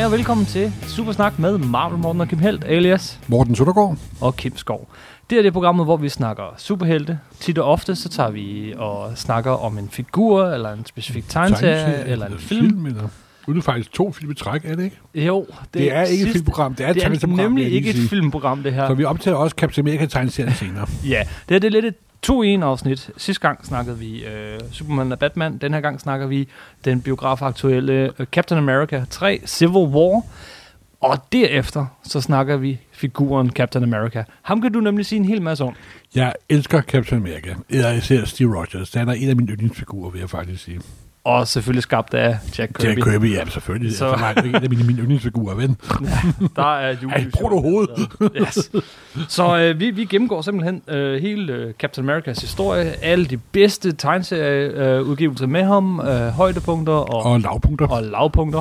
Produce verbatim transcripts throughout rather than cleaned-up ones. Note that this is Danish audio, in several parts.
og velkommen til Supersnak med Marvel Morten og Kim Helt, alias Morten Søndergaard og Kim Skov. Det er det programmet, hvor vi snakker superhelte. Tit og ofte så tager vi og snakker om en figur, eller en specifik tegneserie, eller en film. film eller nu er det faktisk to film i træk, er det ikke? Jo, det, det er ikke sidste, et filmprogram, det er et det tegneserieprogram. Det er nemlig ikke et filmprogram, det her. Så vi optager også Captain America tegneserien senere. Ja, det er det lidt et to i en afsnit. Sidste gang snakkede vi øh, Superman og Batman. Den her gang snakker vi den biografaktuelle øh, Captain America tre, Civil War. Og derefter så snakker vi figuren Captain America. Ham kan du nemlig sige en hel masse om. Jeg elsker Captain America. Jeg ser Steve Rogers. Han er en af mine yndlingsfigurer, vil jeg faktisk sige. Og selvfølgelig skabt af Jack Kirby. Jack Kirby, ja, selvfølgelig. Så er en af mine, mine yndlingsfigurer, ven. Ja, der er Julius. Ej, brug du hovedet. Yes. Så øh, vi, vi gennemgår simpelthen øh, hele øh, Captain Americas historie. Alle de bedste tegneserieudgivelser øh, med ham. Øh, højdepunkter og, og lavpunkter. Og lavpunkter.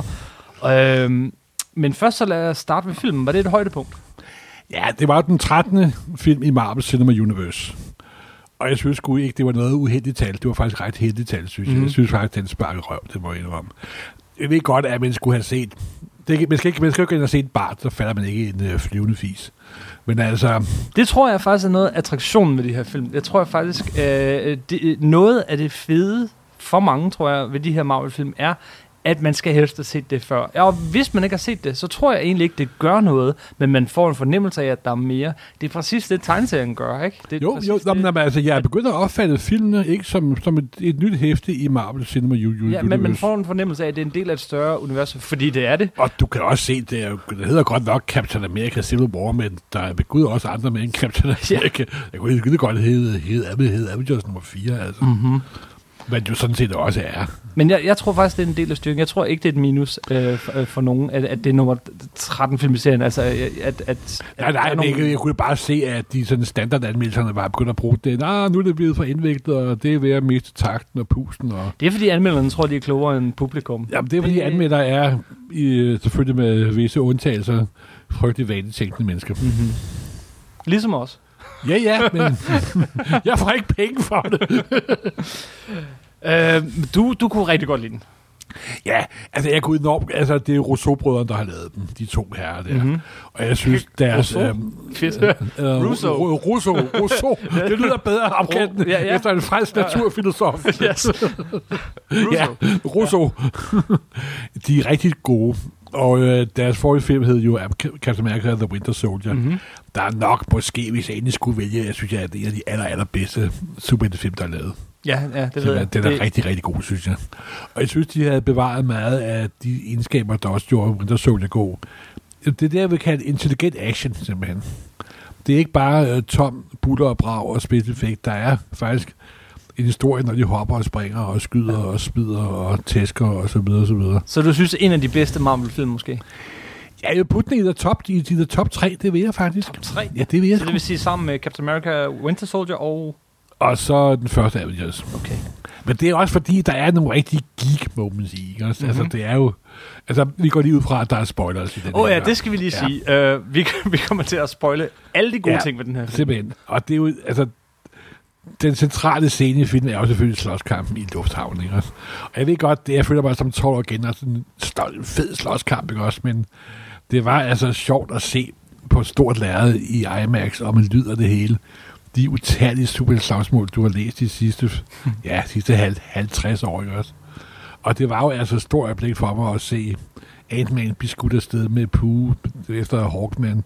Øh, men først så lad os starte med filmen. Var det et højdepunkt? Ja, det var den trettende film i Marvel Cinema Universe. Og jeg synes sgu ikke, det var noget uheldigt tal. Det var faktisk ret heldigt tal, synes jeg. Mm. Jeg synes faktisk, den sparkede røv, det må jeg indrømme. Jeg ved godt, at man skulle have set... Det, man, skal ikke, man skal jo ikke ind og se et barn, så falder man ikke i en øh, flyvende fis. Men altså... Det tror jeg faktisk er noget af attraktionen med de her film. Jeg tror jeg faktisk, øh, det, noget af det fede for mange, tror jeg, ved de her Marvel-film er, at man skal helst have set det før. Ja, og hvis man ikke har set det, så tror jeg egentlig ikke, det gør noget, men man får en fornemmelse af, at der er mere. Det er præcis det, tegneserien gør, ikke? Det er jo, jo det, men, altså, jeg er begyndt at opfatte filmene ikke som, som et, et nyt hæfte i Marvel Cinema Universe. Ja, men man får en fornemmelse af, at det er en del af et større univers, fordi det er det. Og du kan også se, det, er, det hedder godt nok Captain America Civil War, men der er ved Gud også andre med en Captain America. Ja. Jeg kunne ikke godt hedde, hedde, hedde Avengers nummer fire, altså. Mhm. Men det jo sådan set også er. Men jeg, jeg tror faktisk, det er en del af styrken. Jeg tror ikke, det er et minus øh, for, øh, for nogen, at, at det er nummer tretten film i serien. Altså, at, at, nej, nej, at nogen... jeg, jeg kunne bare se, at de sådan standardanmeldelserne var begyndt at bruge det. Nej, nu er det blevet for indviklet, og det er ved at miste takten og pusten. Og... Det er, fordi anmelderne tror, de er klogere end publikum. Jamen, det er, fordi det... anmeldere er, i, selvfølgelig med visse undtagelser, frygtelig vanetænkende mennesker. Mm-hmm. Ligesom os. Ja, ja, men jeg får ikke penge for det. øh, du, du kunne rigtig godt lide den. Ja, altså jeg kunne enormt... Altså, det er Rousseau-brødrene, der har lavet den, de to herrer der. Mm-hmm. Og jeg synes, deres... Rousseau? Øh, øh, Rousseau. Rousseau. Rousseau. Det lyder bedre afkendende ja, ja. efter en fransk naturfilosof. Yes. Ja, Rousseau. De er rigtig gode. Og øh, deres forrige film hed jo Captain America The Winter Soldier. Mm-hmm. Der er nok måske, hvis jeg endelig skulle vælge, jeg synes, at det er de aller, allerbedste superheltefilm, der er lavet. Ja, ja, det ved jeg. Den er det... rigtig, rigtig god, synes jeg. Og jeg synes, de havde bevaret meget af de egenskaber, der også gjorde Winter Soldier god. Det er det, jeg vil kalde intelligent action, simpelthen. Det er ikke bare uh, tom, butter og brag og specifikt. Der er faktisk en historie, når de hopper og springer og skyder og spider og tæsker og så videre og så videre. Så du synes, en af de bedste Marvel-film måske? Ja, jeg vil putte den i the top, i the top tre, det vil jeg faktisk. Top tre? Ja, det vil jeg. Så det vil sige sammen med Captain America, Winter Soldier og... Og så den første Avengers. Okay. Men det er også fordi, der er nogle rigtig geek moments i, ikke? Altså, mm-hmm. altså, det er jo... Altså, vi går lige ud fra, at der er spoilers i den Åh oh, her. ja, det skal vi lige ja. sige. Uh, vi, vi kommer til at spoile alle de gode ja, ting ved den her film. Simpelthen. Og det er jo... Altså, den centrale scene i filmen er jo selvfølgelig slåskampen i lufthavnen, ikke? Og jeg ved godt, det jeg føler mig som tolv år igen, og sådan en fed slåskamp, ikke også? Men det var altså sjovt at se på et stort lærred i IMAX, og man lyder det hele. De utallige superheltslagsmål, du har læst de sidste, ja, sidste halvtreds år, ikke også? Og det var jo altså et stort øjeblik for mig at se Ant-Man blive skudt afsted med Pooh efter Hawkman.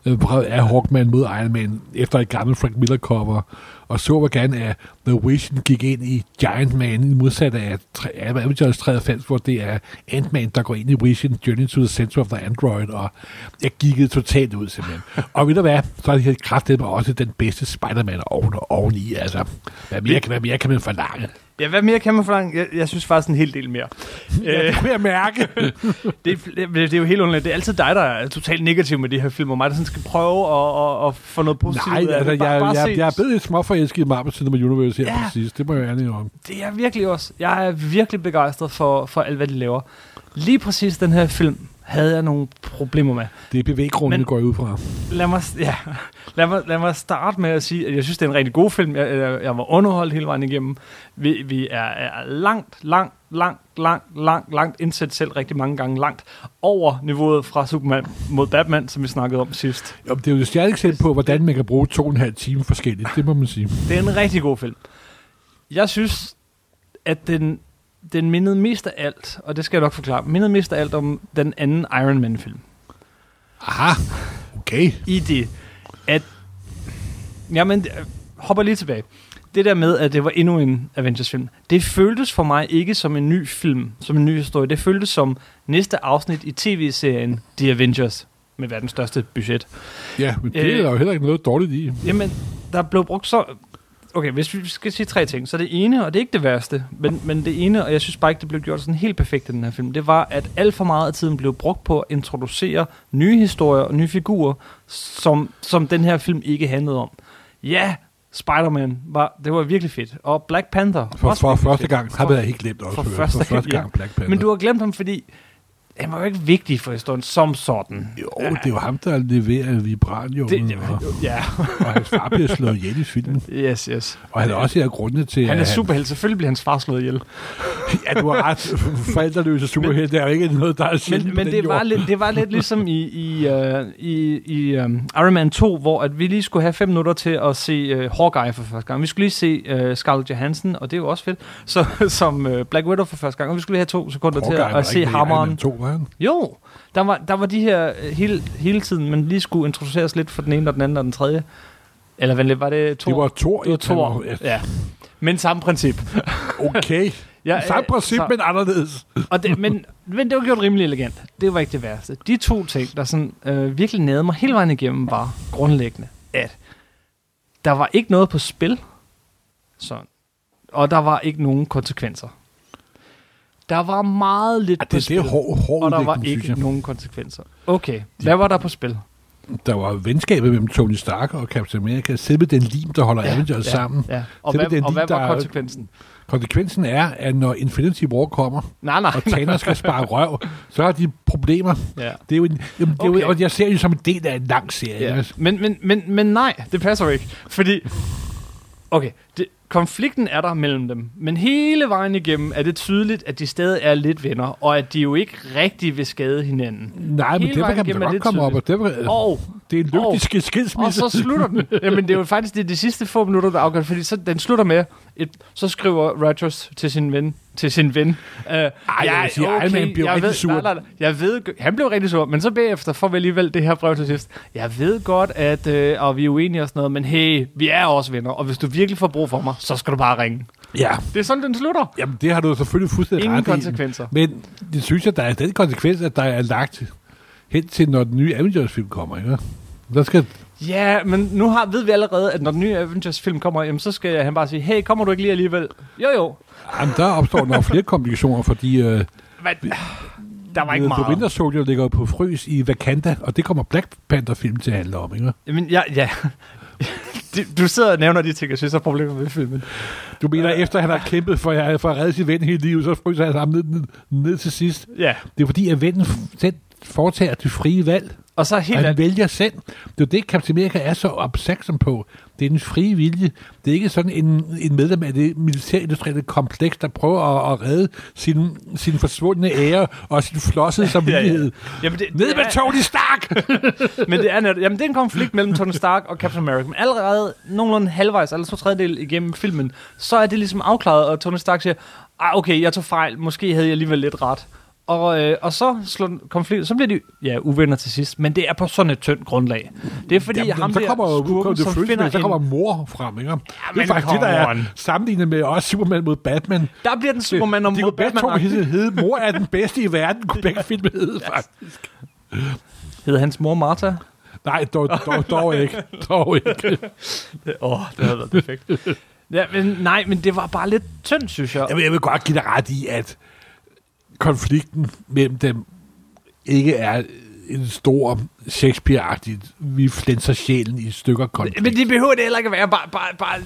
Af Hawkman mod Iron Man efter et gammelt Frank Miller-cover, og så hvordan at The Vision gik ind i Giant Man, i modsat af Avengers treoghalvfems, hvor det er Ant-Man, der går ind i Vision, Journey to the Center of the Android, og jeg gikkede totalt ud simpelthen. Og ved du hvad, så er det kraftigt også den bedste Spider-Man oven og oveni, altså. Hvad mere, hvad mere kan man forlange? Ja, hvad mere kan man forlange? Jeg, jeg synes faktisk en hel del mere. Ja, det kunne jeg mærke. det, det, det er jo helt underligt. Det er altid dig, der er totalt negativ med de her film, og mig, der sådan skal prøve at, at, at få noget positivt Nej, ud af altså, det. Bare, jeg, bare jeg, jeg er blevet lidt småforelsket i Marvel Cinema Universe her ja, præcis. Det må jeg ærlig om. Det er virkelig også. Jeg er virkelig begejstret for, for alt, hvad de laver. Lige præcis den her film havde jeg nogle problemer med. Det er bevæggrunden, går jeg ud fra. Lad mig, ja, lad, mig, lad mig starte med at sige, at jeg synes, det er en rigtig god film. Jeg, jeg, jeg var underholdt hele vejen igennem. Vi, vi er, er langt, langt, langt, langt, langt, langt indsat selv rigtig mange gange langt over niveauet fra Superman mod Batman, som vi snakkede om sidst. Jo, det er jo et stjerneksempel på, hvordan man kan bruge to og en halv time forskelligt. Det må man sige. Det er en rigtig god film. Jeg synes, at den, den mindede mest af alt, og det skal jeg nok forklare, mindede mest af alt om den anden Iron Man-film. Aha, okay. I det, at... Jamen, hopper lige tilbage. Det der med, at det var endnu en Avengers-film, det føltes for mig ikke som en ny film, som en ny historie. Det føltes som næste afsnit i tv-serien The Avengers, med verdens største budget. Ja, men det øh, er jo heller ikke noget dårligt i. Jamen, der blev brugt så... Okay, hvis vi skal sige tre ting, så det ene, og det er ikke det værste, men, men det ene, og jeg synes bare ikke, det blev gjort sådan helt perfekt i den her film, det var, at alt for meget af tiden blev brugt på at introducere nye historier og nye figurer, som, som den her film ikke handlede om. Ja, Spider-Man, var, det var virkelig fedt. Og Black Panther. For, for første fedt. gang, har jeg helt glemt også. For, for første, for første gang, ja. Black Panther. Men du har glemt ham, fordi han var jo ikke vigtig for historien som sådan. Jo, ja. Det er jo ham, der leverer vibranium. Og, ja. og hans far bliver slået ihjel i filmen. Yes, yes. Og han er også her grunde til... Han er superhelt. Selvfølgelig bliver hans far slået ihjel. Ja, du har ret. Forældreløse superhelt, det er jo ikke noget, der er sjældent. Men, men det, var lidt, det var lidt ligesom i, i, uh, i, i um, Iron Man to, hvor at vi lige skulle have fem minutter til at se uh, Hawkeye for første gang. Vi skulle lige se uh, Scarlett Johansson, og det er jo også fedt, så, som uh, Black Widow for første gang. Og vi skulle lige have to sekunder Hawkeye til at, at se hammeren. To, var han? Jo, der var, der var de her hele, hele tiden, man lige skulle introduceres lidt for den ene og den anden og den tredje. Eller hvad var det? To? Det var to. Det var to år, ja. Men samme princip. Okay. Ja, samme princip, så, men anderledes. Og det, men, men det var gjort rimelig elegant. Det var ikke det værste. De to ting, der sådan, øh, virkelig nede mig hele vejen igennem, var grundlæggende, at der var ikke noget på spil, sådan, og der var ikke nogen konsekvenser. Der var meget lidt det, på det spil, er hår, hår og der var ikke nogen konsekvenser. Okay, hvad var der på spil? Der var venskabet mellem Tony Stark og Captain America. Selve den lim, der holder ja, Avengers ja, sammen. Ja. Og, hvad, den og lim, hvad var konsekvensen? Konsekvensen er, at når Infinity War kommer, nej, nej, og Thanos skal spare røv, så har de problemer. Ja. Det er jo en, jamen, det okay. er jo, og jeg ser det som en del af en lang serie. Ja. Men, men, men, men nej, det passer ikke. Fordi, okay, det, konflikten er der mellem dem, men hele vejen igennem er det tydeligt, at de stadig er lidt venner, og at de jo ikke rigtig vil skade hinanden. Nej, men det kan man godt komme op, og det, var, og, det er en lyktig skilsmisse. Og så slutter den. Jamen, det er jo faktisk det, de sidste få minutter, der afgør, fordi så, den slutter med, et, så skriver Rogers til sin ven, til sin ven. Uh, Ej, jeg siger, okay, Iron Man bliver rigtig ved, sur. Nej, nej, nej, jeg ved, han blev rigtig sur, men så bagefter får vi alligevel det her brev til sidst. Jeg ved godt, at øh, og vi er uenige og sådan noget, men hey, vi er også venner, og hvis du virkelig får brug for mig, så skal du bare ringe. Ja. Det er sådan, den slutter. Jamen, det har du selvfølgelig fuldstændig ret i. Ingen konsekvenser. Men det synes jeg, der er den konsekvens, at der er lagt hen til, når den nye Avengers-film kommer, ikke? Der skal... Ja, men nu har, ved vi allerede, at når den nye Avengers-film kommer, jamen, så skal han bare sige, hey, kommer du ikke lige alligevel? Jo, jo. Jamen, der opstår nok flere komplikationer, fordi... Øh, men, der var ikke meget. The Winter Soldier ligger på frys i Wakanda, og det kommer Black Panther-film til at handle om, ikke? Jamen, ja, ja. Du sidder og nævner de ting, jeg synes er problemer med filmen. Du mener, uh, efter han har kæmpet for, for at redde sin ven hele livet, så fryser han sammen ned, ned, ned til sidst. Ja. Det er fordi, at vennen selv foretager det frie valg. Og så helt og han vælger selv. Det er det, Captain America er så opmærksom på. Det er den frie vilje. Det er ikke sådan en, en medlem af det militærindustrielle kompleks, der prøver at, at redde sin, sin forsvundne ære og sin flossede samvittighed. Ja, ja. Jamen det, Ned det med er, Tony Stark! Men det er, jamen, det er en konflikt mellem Tony Stark og Captain America. Men allerede nogenlunde halvvejs, eller to tredjedel igennem filmen, så er det ligesom afklaret, og Tony Stark siger, ah, okay, jeg tog fejl. Måske havde jeg alligevel lidt ret. Og, øh, og så slår konflikt, så bliver de ja, uvenner til sidst, men det er på sådan et tyndt grundlag. Det er fordi, jamen, ham så der kommer, skurken, som føles, finder så kommer mor frem, ikke? Ja, det er faktisk det, der er sammenlignet med også Superman mod Batman. Der bliver den Superman og mod mod Batman. De kunne begge to mor er den bedste i verden, kunne begge filme hedde, faktisk. Hedder hans mor Martha? Nej, dog, dog, dog ikke. Dog ikke. Åh, oh, det havde været perfekt. Ja, men, nej, men det var bare lidt tyndt, synes jeg. Jamen, jeg vil godt give dig ret i, at konflikten mellem dem ikke er en stor Shakespeare-agtigt, vi flænser sjælen i stykker konflikt. Men det behøver det heller ikke at være. Bare, bare, bare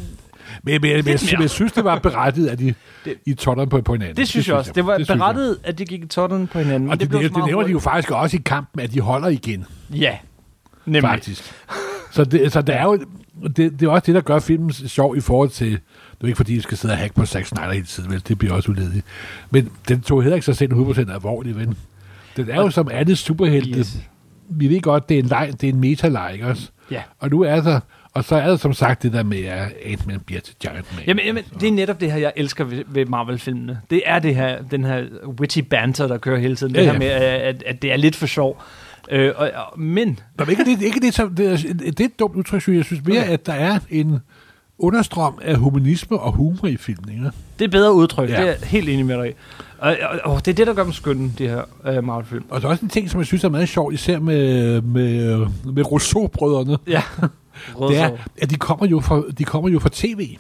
Men, men, men, men jeg synes, det var berettiget, at de det, i totteren på, på hinanden. Det synes det, jeg også. Det var det berettiget, at de gik i totteren på hinanden. Og det, det, det, det nævner de jo faktisk også i kampen, at de holder igen. Ja, nemlig. Faktisk. Så det, så det er jo... Det, det er også det, der gør filmen sjov i forhold til... Det er ikke, fordi de skal sidde og hacke på Zack Snyder hele tiden, vel? Det bliver også uledigt. Men den tog heller ikke sig selv hundrede procent alvorligt, ven. Den er jo som alle superhelte. Yes. Vi ved godt, det er en leg, det er en meta-leg, ikke også? Ja. Og nu er der... Og så er der som sagt det der med, at Ant-Man bliver til Giant Man. Jamen, jamen det er netop det her, jeg elsker ved, ved Marvel-filmene. Det er det her, den her witty banter, der kører hele tiden. Ja, det her ja. med, at, at det er lidt for sjov. Øh, og, og, men... Nå, ikke det, ikke det, som, det, er, det er et dumt udtryk, jeg synes mere, okay. at der er en understrøm af humanisme og humor i filmen. Ikke? Det er bedre udtryk, ja. Det er jeg helt enig med dig i. Og, og, og det er det, der gør dem skønne, de her uh, Marvel-film. Og der er også en ting, som jeg synes er meget sjovt, især med, med, med Rousseau-brødrene. Ja. Det er, at de kommer jo fra, de kommer jo fra tv.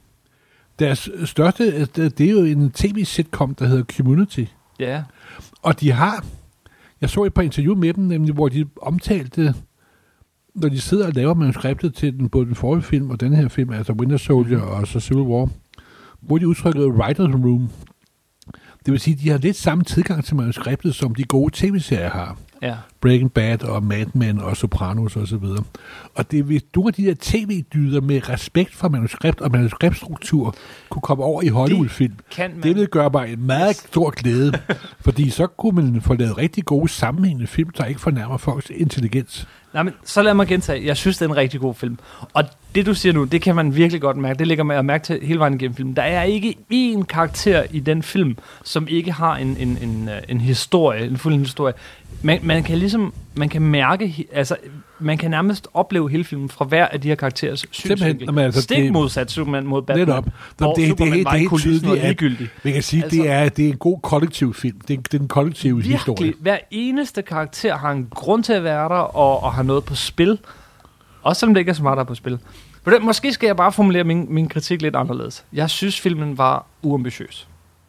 Deres største, det er jo en tv-sitcom, der hedder Community. Ja. Og de har, jeg så et par interview med dem, nemlig, hvor de omtalte, når de sidder og laver manuskriptet til den, både den forrige film og den her film, altså Winter Soldier og så Civil War, hvor de udtrykkede writer's room. Det vil sige, at de har lidt samme tilgang til manuskriptet, som de gode tv-serier har. Ja. Breaking Bad og Mad Men og Sopranos og så videre. Og det er, hvis nogle af de der tv-dyder med respekt for manuskript og manuskriptstruktur kunne komme over i Hollywood-film, det, det ville gøre mig en meget stor glæde, fordi så kunne man få lavet rigtig gode sammenhængende film, der ikke fornærmer folks intelligens. Nej, men så lad mig gentage. Jeg synes, det er en rigtig god film. Og det, du siger nu, det kan man virkelig godt mærke. Det ligger man at mærke til hele vejen igennem filmen. Der er ikke én karakter i den film, som ikke har en, en, en, en historie, en fuld historie. Man, man kan ligesom, man kan mærke, altså, man kan nærmest opleve hele filmen fra hver af de her karakterers synsvinkel. Altså, Stik modsat Superman mod Batman, netop. hvor det, Superman det, var i kulissen og ligegyldig. Vi kan sige, altså, det, er, det er en god kollektiv film. Det er, det er en kollektiv virkelig, historie. Hver eneste karakter har en grund til at være der, og, og har noget på spil. Også selvom det ikke er så meget, der er på spil. Måske skal jeg bare formulere min, min kritik lidt anderledes. Jeg synes, filmen var uambitiøs.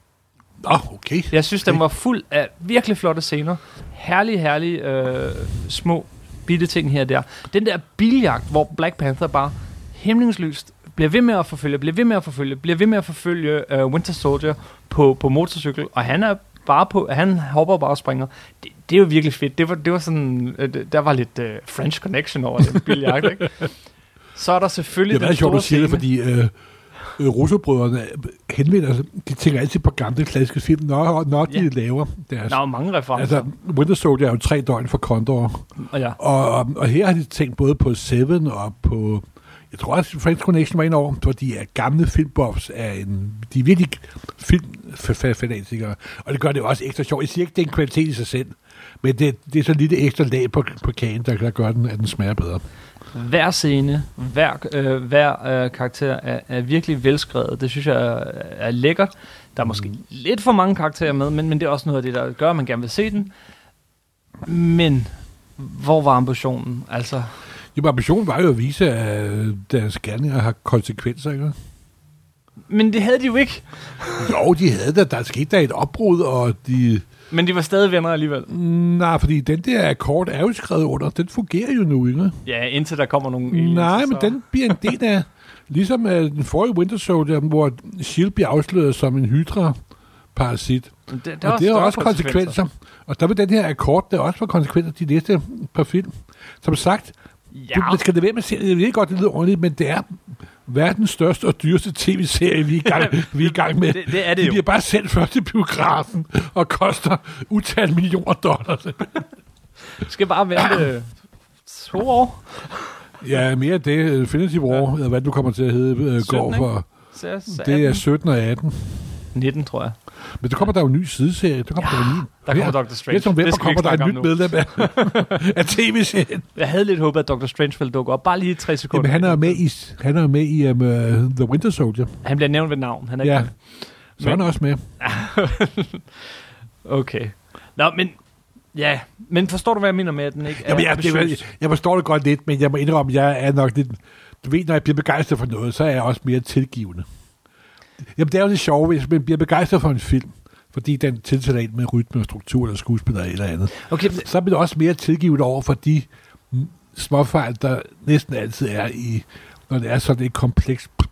Oh, okay. Jeg synes, okay. den var fuld af virkelig flotte scener. Herlige, herlige øh, små bitte ting her og der. Den der biljagt, hvor Black Panther bare hemmelingsløst bliver ved med at forfølge, bliver ved med at forfølge, bliver ved med at forfølge øh, Winter Soldier på, på motorcykel, og han er bare på, han hopper bare og springer. Det, det er jo virkelig fedt. Det var, det var sådan, øh, der var lidt øh, French connection over den biljagt, ikke? Så er der selvfølgelig det er den store sjovt, scene. Det, fordi øh, øh, Russo-brødrene henvender sig, de tænker altid på gamle klassiske film, når, når de ja. laver deres... Der er mange referencer. Altså, Winter Soldier er jo tre døgn for Condor. Ja. Og, og, og her har de tænkt både på Seven og på... Jeg tror også, French Connection var indover, for de er gamle filmbuffs, er en, de er virkelig filmfanatikere, og det gør det også ekstra sjovt. Jeg siger ikke, det er en kvalitet i sig selv, men det, det er så lidt ekstra lag på, på kagen, der, der gør den, at den smager bedre. Hver scene, hver, øh, hver øh, karakter er, er virkelig velskrevet. Det synes jeg er, er lækkert. Der er måske mm. lidt for mange karakterer med, men, men det er også noget af det, der gør, at man gerne vil se den. Men hvor var ambitionen? Altså... Jo, ambitionen var jo at vise, at deres gerninger har konsekvenser, ikke? Men det havde de jo ikke. Jo, de havde det. Der skete der et opbrud, og de... Men de var stadig venner alligevel. Nej, fordi den der akkord er jo skrevet under. Den fungerer jo nu, ikke? Ja, indtil der kommer nogle aliens. Nej, men så... den bliver en del af... Ligesom uh, den forrige Winter Soldier, hvor S H I E L D bliver afsløret som en hydra-parasit. Det, det og det har også konsekvenser. konsekvenser. Og der vil den her akkord, der også får konsekvenser de næste par film. Som sagt... Ja. Du, skal det være med serien? Jeg ved godt, det lyder ordentligt, men det er verdens største og dyreste tv-serie, vi er i gang, vi er i gang med. Det, det er det de jo. bliver bare sendt først i biografen og koster utal millioner dollars. Skal bare vente to år? Ja, mere af det. Infinity War, ja. Eller hvad du kommer til at hedde, uh, går for. Det er sytten og atten. nitten, tror jeg. Men der kommer der jo en ny sideserie. Der kommer ja, der en ny. Der kommer Doctor Strange. Det november kommer der et nyt medlem af, af tv-serien. Jeg havde lidt håbet, at Doctor Strange ville dukke op. Bare lige tre sekunder. Jamen, han er med i, han er med i um, uh, The Winter Soldier. Han bliver nævnt ved navn. Han er ja, ikke så er han også med. Okay. Nå, men... Ja, men forstår du, hvad jeg mener med, at den ikke er Jamen, jeg, det, jeg forstår det godt lidt, men jeg må indrømme, at jeg er nok lidt... Du ved, når jeg bliver begejstret for noget, så er jeg også mere tilgivende. Jamen, det er jo lidt sjovt, hvis man bliver begejstret for en film, fordi den tiltaler ind med rytme og struktur eller skuespiller eller andet. Okay. Så bliver det også mere tilgivet over for de småfejl, der næsten altid er i, når det er sådan et komplekst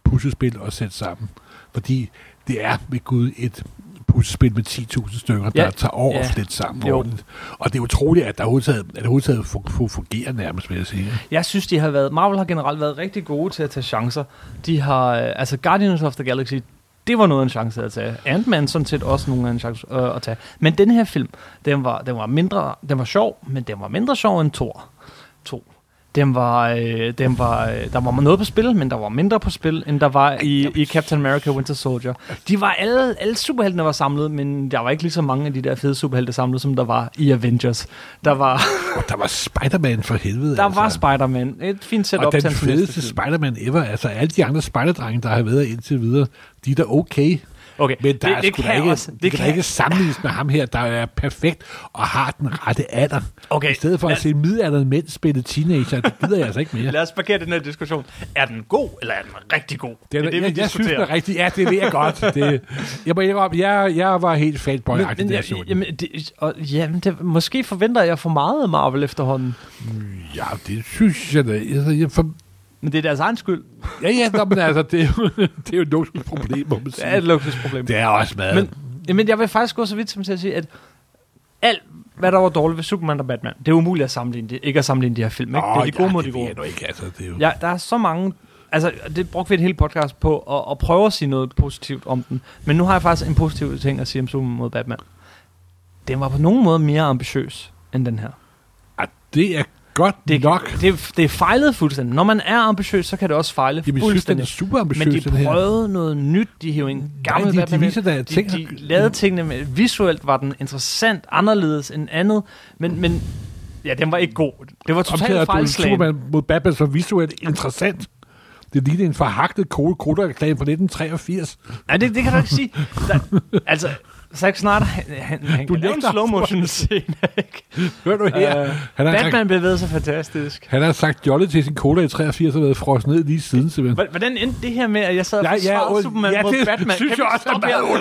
puslespil at sætte sammen. Fordi det er ved Gud et puslespil med ti tusind stykker, der ja. tager over ja. lidt sammen. Og det er utroligt, at der overhovedet, at det overhovedet fungerer nærmest, vil jeg sige. Jeg synes, de har været, Marvel har generelt været rigtig gode til at tage chancer. De har, altså Guardians of the Galaxy, det var noget af en chance at tage. Ant-Man sådan set også nogle af en chance øh, at tage. Men den her film, den var, den var mindre, den var sjov, men den var mindre sjov end Thor to. Den var, øh, den var, øh, der var noget på spil, men der var mindre på spil, end der var i, i Captain America Winter Soldier. De var alle, alle superheltene var samlet, men der var ikke lige så mange af de der fede superhelte samlet, som der var i Avengers. Der var, der var Spider-Man for helvede. Der altså. var Spider-Man. Et fint setup. Og den fedeste Spider-Man ever. Altså alle de andre Spider-drenge, der har været indtil videre, de er da okay. Okay, men der det, er det sgu kan da ikke, også, det det kan kan ikke sammenlignes med ham her, der er perfekt og har den rette alder. Okay, i stedet for lad... at se midaldrende mænd spille teenager, det gider jeg altså ikke mere. Lad os parkere den her diskussion. Er den god, eller er den rigtig god? Det er det, det, jeg, jeg synes, den er rigtig. Ja, det ved jeg godt. Det, jeg må indrømme, jeg, jeg var helt fanboy-agtig, der så jamen, det, og, jamen det, måske forventer jeg for meget af Marvel efterhånden. Ja, det synes jeg da. Jeg, jeg for, Men det er deres egen skyld. Ja, ja, nå, men altså, det er jo, det er jo et luksusproblem, må man sige. Det er et luksusproblem. Det er også meget. Men, jamen, jeg vil faktisk gå så vidt som til at sige, at alt, hvad der var dårligt ved Superman og Batman, det er umuligt at sammenligne det, ikke at sammenligne de her film. Ikke? Oh, det er de gode ja, mod de gode. Det ikke, altså, det er jo... Ja, der er så mange... Altså, det brugte vi et helt podcast på at, at prøve at sige noget positivt om den. Men nu har jeg faktisk en positiv ting at sige om Superman mod Batman. Den var på nogen måde mere ambitiøs end den her. Ja, det er godt det, nok. Det, det er fejlet fuldstændig. Når man er ambitiøs, så kan det også fejle Jamen, fuldstændig. Synes, den er super ambitiøs, men de prøvede noget nyt. De hævde en gammel Nej, de, de, viser, de, ting, de, de lavede tingene med, visuelt var den interessant, anderledes end andet, men, men ja, den var ikke god. Det var totalt fejlslagen. Superman mod Batman så visuelt interessant. Det lignede en forhagtet kodereklame fra nitten treogfirs. Nej, det, det kan du ikke sige. Der, altså, Zack Snyder, han, han, han kan lave en slow motion scene, ikke? Hør du her? Uh, han Batman sagt, bevægede sig fantastisk. Han har sagt jolly til sin cola i treogfirs og været frosset ned lige siden, simpelthen. Hvordan endte det her med, at jeg sad og ja, forsvarede ja, Superman ja, mod det Batman? Synes kan jeg også er meget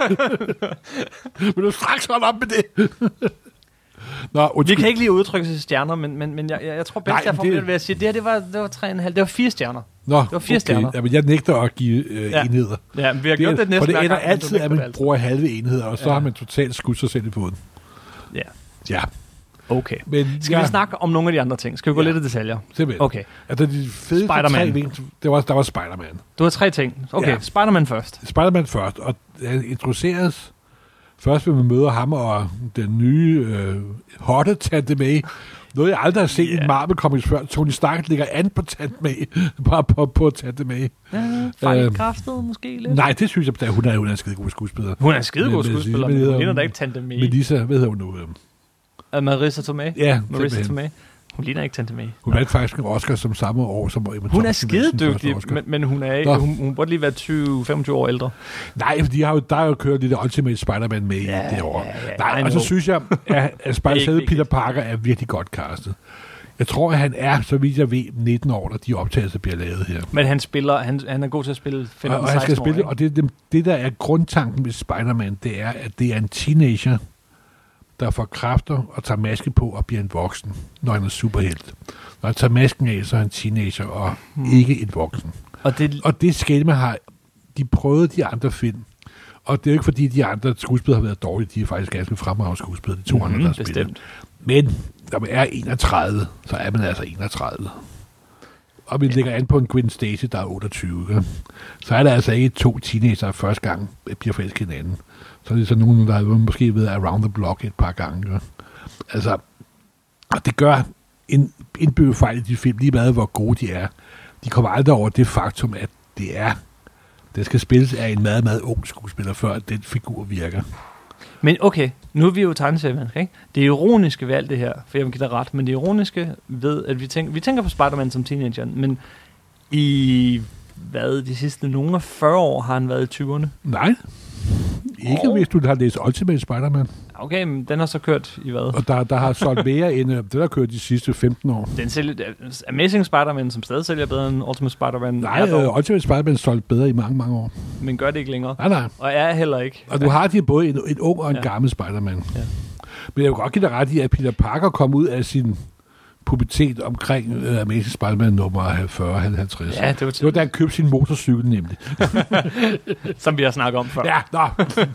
underligt. Men du straks holde op med det. Nå, vi kan ikke lige udtrykke sig stjerner, men, men, men jeg, jeg, jeg tror bedst, jeg formidler ved at sige, at det her, det var, det var tre og en halv, det var fire stjerner. Nå, det var fire okay. stjerner. Jamen, jeg nægter at give øh, ja. enheder. Ja, men vi har det, gjort det næste gang. For det ender gang, altid, at man bruger halve enheder, og så ja. har man totalt skudt sig selv i foden. Ja. Ja. Okay. Men, skal ja. vi snakke om nogle af de andre ting? Skal vi gå ja. lidt i detaljer? Simpelthen. Okay. Altså, de fedeste tre ting, det var, der var Spider-Man. Du har tre ting. Okay, ja. Spider-Man først. Spider-Man først, og han introduceres først, ved man møder ham og den nye øh, hotte Tante May. Noget, jeg aldrig har set yeah. i Marvel Comics før. Tony Stark ligger an på Tante May. Bare på, på Tante May. Ja, fejlkræftet øh, måske lidt. Nej, det synes jeg, at hun er, hun er en skide god skuespiller. Hun er en skide god skuespiller, men hun ligner da ikke Tante May. Melissa, hvad hedder hun nu? Uh, Marissa Tomei? Ja, Marissa Tomei. Hun ligner ikke Tante May. Hun vandt faktisk en Oscar som samme år som Emma Hun er skidedygtig, men, men hun er ikke, hun, hun burde lige være tyve femogtyve år ældre. Nej, for de har jo, der har jo kørt lidt Ultimate Spider-Man med ja, i det år. Ja, ja, Nej, og så synes jeg, at, at Spider-Man Peter Parker er virkelig godt castet. Jeg tror, at han er, så vidt jeg ved, nitten år, når de optagelser bliver lavet her. Men han spiller, han, han er god til at spille femten og han skal spille, år, og det, det, det, der er grundtanken med Spider-Man, det er, at det er en teenager, der får kræfter og tager maske på og bliver en voksen, når han er superhelt. Når han tager masken af, så er han teenager og hmm. ikke en voksen. Og det, og det skema har de prøvet de andre film. Og det er jo ikke fordi, de andre skuespillere har været dårlige. De er faktisk ganske fremragende skuespillere, de to mm-hmm, andre, der har spillet. Men når man er enogtredive, så er man altså enogtredive. Og vi ja. ligger an på en Gwen Stacy, der er otteogtyve. Ja. Så er der altså ikke to teenager, der første gang bliver forelsket hinanden. Så er det så nogen, der har måske været around the block et par gange. Ja. Altså, og det gør en indbygget fejl i de film, lige meget hvor gode de er. De kommer aldrig over det faktum, at det er, det skal spilles af en meget, meget ung skuespiller, før den figur virker. Men okay, nu er vi jo tegneseriemennesker, ikke? Det ironiske ved alt det her, for jeg vil give dig ret, men det ironiske ved, at vi tænker, vi tænker på Spider-Man som teenager, men i, hvad, de sidste nogle af fyrre år har han været i tyverne? Nej, ikke oh. hvis du har læst Ultimate Spider-Man. Okay, men den har så kørt i hvad? Og der, der har solgt mere end det, der har kørt de sidste femten år. Den sælger, Amazing Spider-Man, som stadig sælger bedre end Ultimate Spider-Man. Nej, uh, Ultimate Spider-Man solgt bedre i mange, mange år. Men gør det ikke længere. Nej, nej. Og er heller ikke. Og du har de både en, en ung og en ja. gammel Spider-Man. Ja. Men jeg vil godt give dig ret i, at Peter Parker kom ud af sin pubertet omkring uh, Amazing Spider-Man nummer fyrre halvtreds. Ja, det var, det var da han købte sin motorcykel, nemlig. Som vi har snakket om før. Ja, nå.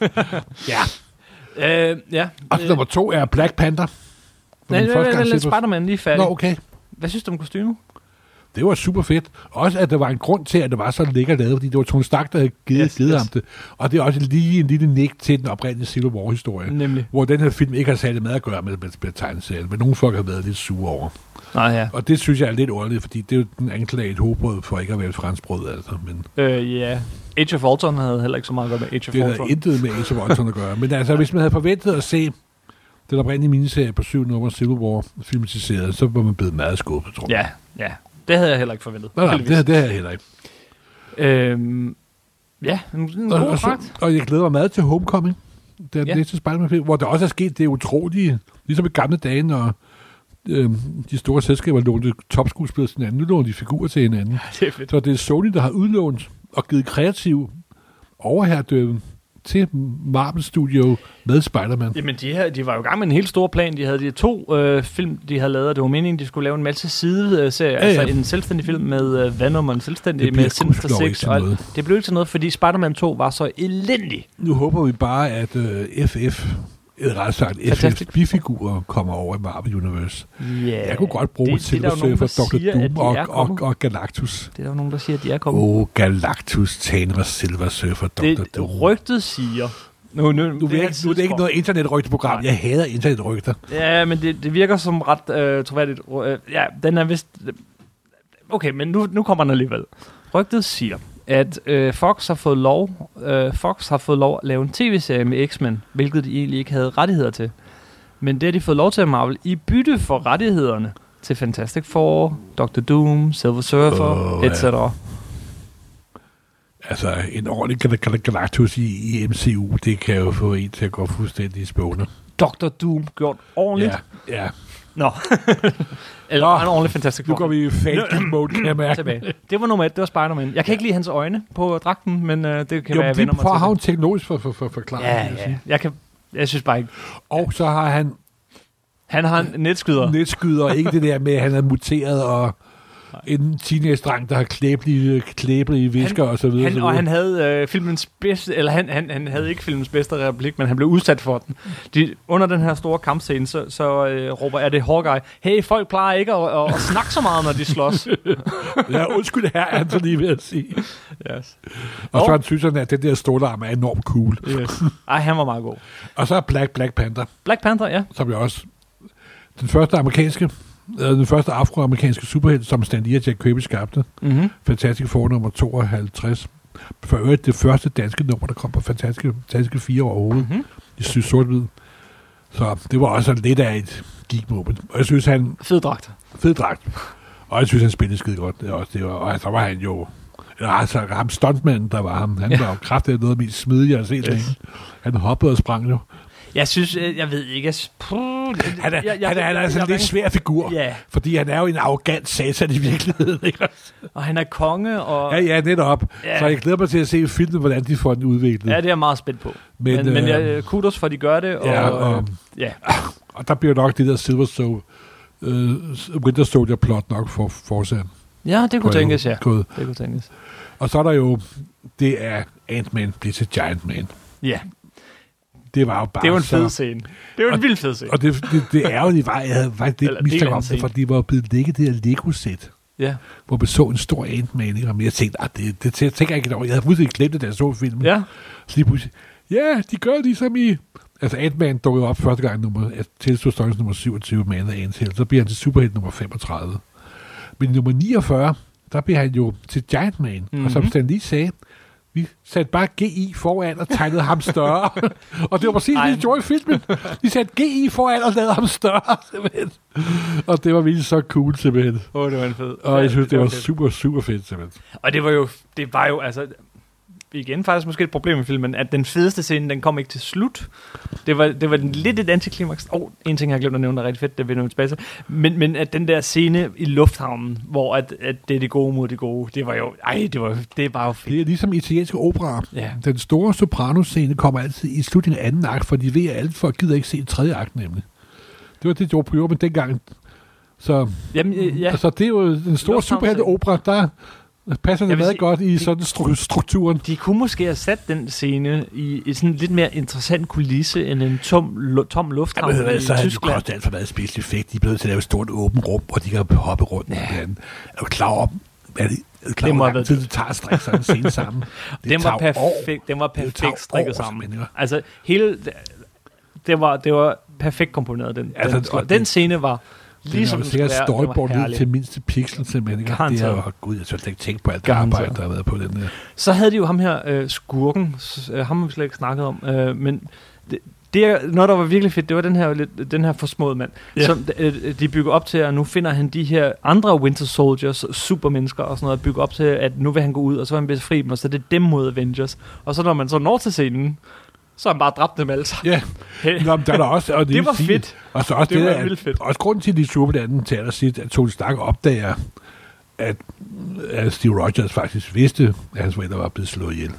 ja. Øh, ja. Og øh, nummer to er Black Panther. Nej, det er lidt Spider-Man lige færdig. Nå, okay. Hvad synes du om kostymet? Det var super fedt. Også, at der var en grund til, at det var så lækkert lavet, fordi det var Tony Stark, der havde givet, yes, givet yes. ham det. Og det er også lige en lille nik til den oprindelige Civil War-historie. Nemlig. Hvor den her film ikke har særlig meget at gøre med, med, med tegneserien, men nogle folk har været lidt sure over. Nej, ja. Og det synes jeg er lidt underligt, fordi det er jo den anklage et hovedbrød for ikke at være et franskbrød, altså. Men øh, ja. Age of Ultron havde heller ikke så meget at gøre med Age of det Ultron. Det havde intet med Age of Ultron at gøre. Men altså, hvis man havde forventet at se den oprindelige miniserie på syv nummer Civil War filmatiseret, så var man blevet meget skubbet, tror jeg. Ja, ja. Det havde jeg heller ikke forventet. Nej, nej, det, det havde jeg heller ikke. Øhm, ja, en, en og, god og, så, og jeg glæder mig meget til Homecoming, den ja. næste Spider-Man-film, hvor der også er sket det utrolige, ligesom i gamle dage, når øhm, de store selskaber lånte topskuespillere til hinanden. Nu låner de figurer til hinanden. Det er fedt. Så det er Sony, der har udlånt og givet kreativ overherredømme til Marvel Studio med Spider-Man. Jamen, de, her, de var jo i gang med en helt stor plan. De havde de to øh, film, de havde lavet, og det var meningen, de skulle lave en masse side-serie, ja, ja. Altså en selvstændig film med øh, Venom og en selvstændig med Sinister Six. Og det blev ikke til noget, fordi Spider-Man to var så elendig. Nu håber vi bare, at øh, F F, eller ret sagt F F's bifigurer kommer over i Marvel Universe. Yeah. Jeg kunne godt bruge Silver Surfer, doktor Doom og, og, og Galactus. Det er der jo nogen, der siger, at de er kommet. Åh, oh, Galactus, Thanos, Silver Surfer, doktor Doom. Det rygtet siger... Nu, nu, nu, det er, nu er det ikke noget internetrygteprogram. Jeg hader internetrygter. Ja, men det, det virker som ret øh, troværdigt. Øh, ja, den er vist... Okay, men nu, nu kommer den alligevel. Rygtet siger, at øh, Fox har fået lov øh, Fox har fået lov at lave en tv-serie med X-Men, hvilket de egentlig ikke havde rettigheder til. Men det har de fået lov til af Marvel i bytte for rettighederne til Fantastic Four, doktor Doom, Silver Surfer, oh, et cetera. Ja. Altså, en ordentlig Galactus i, i M C U, det kan jo få en til at gå fuldstændig i spåne. doktor Doom gjort ordentligt? Ja, ja. Nå. Eller Nå, en ordentlig Fantastic Four. Nu går vi i fan mode, kan jeg mærke. Det var nummer et, det var Spider-Man. Jeg kan ja. ikke lide hans øjne på dragten, men uh, det kan jo, være, jeg vender mig til. Jo, for at have en teknologisk for, for, for, forklaring. Ja, ja. Jeg, kan, jeg synes bare ikke. Og så har han... Han har en netskyder. Netskyder, ikke det der med, at han er muteret og... En teenage-dreng, der har klæbelige, klæbelige visker og så videre. Han, og han havde øh, filmens bedste, eller han, han, han havde ikke filmens bedste replik, men han blev udsat for den. De, under den her store kampscene, så, så øh, råber, er det Hawkeye, hey, folk plejer ikke at, at, at snakke så meget, når de slås. Ja, undskyld her, Anthony, vil jeg sige. Yes. Og så oh. han synes han, at den der stålarm er enormt cool. Yes. Ej, han var meget god. Og så er Black, Black Panther. Black Panther, ja. Som jo også den første amerikanske den første afroamerikanske superhelt, som Stan Lee og Jack Kirby skabte. Mm-hmm. Fantastic Four nummer tooghalvtreds. For øvrigt det første danske nummer, der kom på Fantastic, Fantastic fire overhovedet. Mm-hmm. I synes sort-hvid. Så det var også lidt af et geek moment. Og jeg synes, han... Fed dragt. Fed dragt. Og jeg synes, han spillede skide godt. Det også, det var, og så var han jo... Altså, ham stuntmanden, der var ham, han ja. var jo kraftigt noget af min smidige, jeg har set yes. Han hoppede og sprang jo. Jeg synes, jeg ved ikke... Jeg, puh, han er, jeg, jeg, han er, han er altså en lidt svær figur, yeah. fordi han er jo en arrogant satan i virkeligheden. Ikke? Og han er konge, og... Ja, ja, netop. Yeah. Så jeg glæder mig til at se filmen, hvordan de får den udviklet. Ja, det er jeg meget spændt på. Men, men, øh, men jeg kudos for, at de gør det. Og, ja, og, øh, ja. og der bliver nok det der Silver Soldier, uh, Winter Soldier plot nok for fortsat. Ja, det kunne tænkes, ja. Det kunne tænkes. Og så er der jo, det er Ant-Man bliver til Giant Man. Ja. Det var jo bare det var en fed scene. Det var en vild fed scene. Og det, det, det er jo det var, jeg havde faktisk lidt mistanke om det, for de var jo blevet ligget det her Lego-sæt. Ja. Hvor man så en stor Ant-Man, og jeg tænkte, at det, det, det tænker jeg ikke over. Jeg havde fuldstændig glemt det, da jeg så filmen. Ja. Så lige pludselig, ja, de gør ligesom i... Altså Ant-Man dukkede op første gang nummer, tilstod størrelse nummer syvogtyve, Man af Ant-Hill, så bliver han til Superhelt nummer femogtredive. Men nummer niogfyrre, der bliver han jo til Giant Man, mm-hmm. og som Stan Lee sagde, vi satte bare G I foran og tegnede ham større. Og det var præcis, det de gjorde i filmen. De satte G I foran og lavede ham større, simpelthen. Og det var virkelig så cool, simpelthen. Åh, oh, det var en fed. Og jeg synes, det var super, super fedt, simpelthen. Og det var jo, det var jo, altså... Igen faktisk måske et problem i filmen, at den fedeste scene, den kom ikke til slut. Det var, det var lidt et antiklimaks. Åh, oh, en ting, jeg har glemt at nævne, der er rigtig fedt, det vender vi tilbage til. Men, men at den der scene i lufthavnen, hvor at, at det er det gode mod det gode, det var jo, ej, det var, det var jo fedt. Det er ligesom italienske opera. Ja. Den store soprano-scene kommer altid i slutningen af anden akt, for de ved, at alle folk gider ikke se tredje akt, nemlig. Det var det, de gjorde, men dengang Så, Jamen, øh, ja. altså, det er jo en stor superhelte-opera, der passer det meget sige, godt i de, sådan stru- strukturen. De kunne måske have sat den scene i, i sådan en lidt mere interessant kulisse end en tom, lo, tom lufthavn ja, i så havde Tyskland. det kostet alt for meget special effekt. De er blevet til at lave et stort åbent rum, hvor de kan hoppe rundt. Ja. Er du klar om, hvad det klar det hvor lang tid det tager at strikke sådan en scene sammen? Det den, var perfekt, den var perfekt strikket år, sammen. Altså, hele... Det var, det var perfekt komponeret, den, altså, den, den scene var... Ligesom det er sikkert storyboardet til mindste pixel, simpelthen. Det er jo, gud, jeg tror ikke tænke på alt det arbejde, der har været på den der. Så havde de jo ham her, øh, skurken, øh, ham har vi slet ikke snakket om, øh, men det, det er noget, der var virkelig fedt, det var den her, lidt, den her forsmåede mand, yeah. som øh, de bygger op til, at nu finder han de her andre Winter Soldiers, supermennesker og sådan noget, bygger op til, at nu vil han gå ud, og så vil han befri dem, og så er det dem mod Avengers. Og så når man så når til scenen, så har han bare dræbt dem alle sammen. Ja, hey. Nå, der er også, og det, det var sige, fedt. Og så også det, det var at, vildt fedt. Også grunden til, at de så på det andet til allersidst, at Tony Stark opdager, at, at Steve Rogers faktisk vidste, at hans venner var blevet slået ihjel.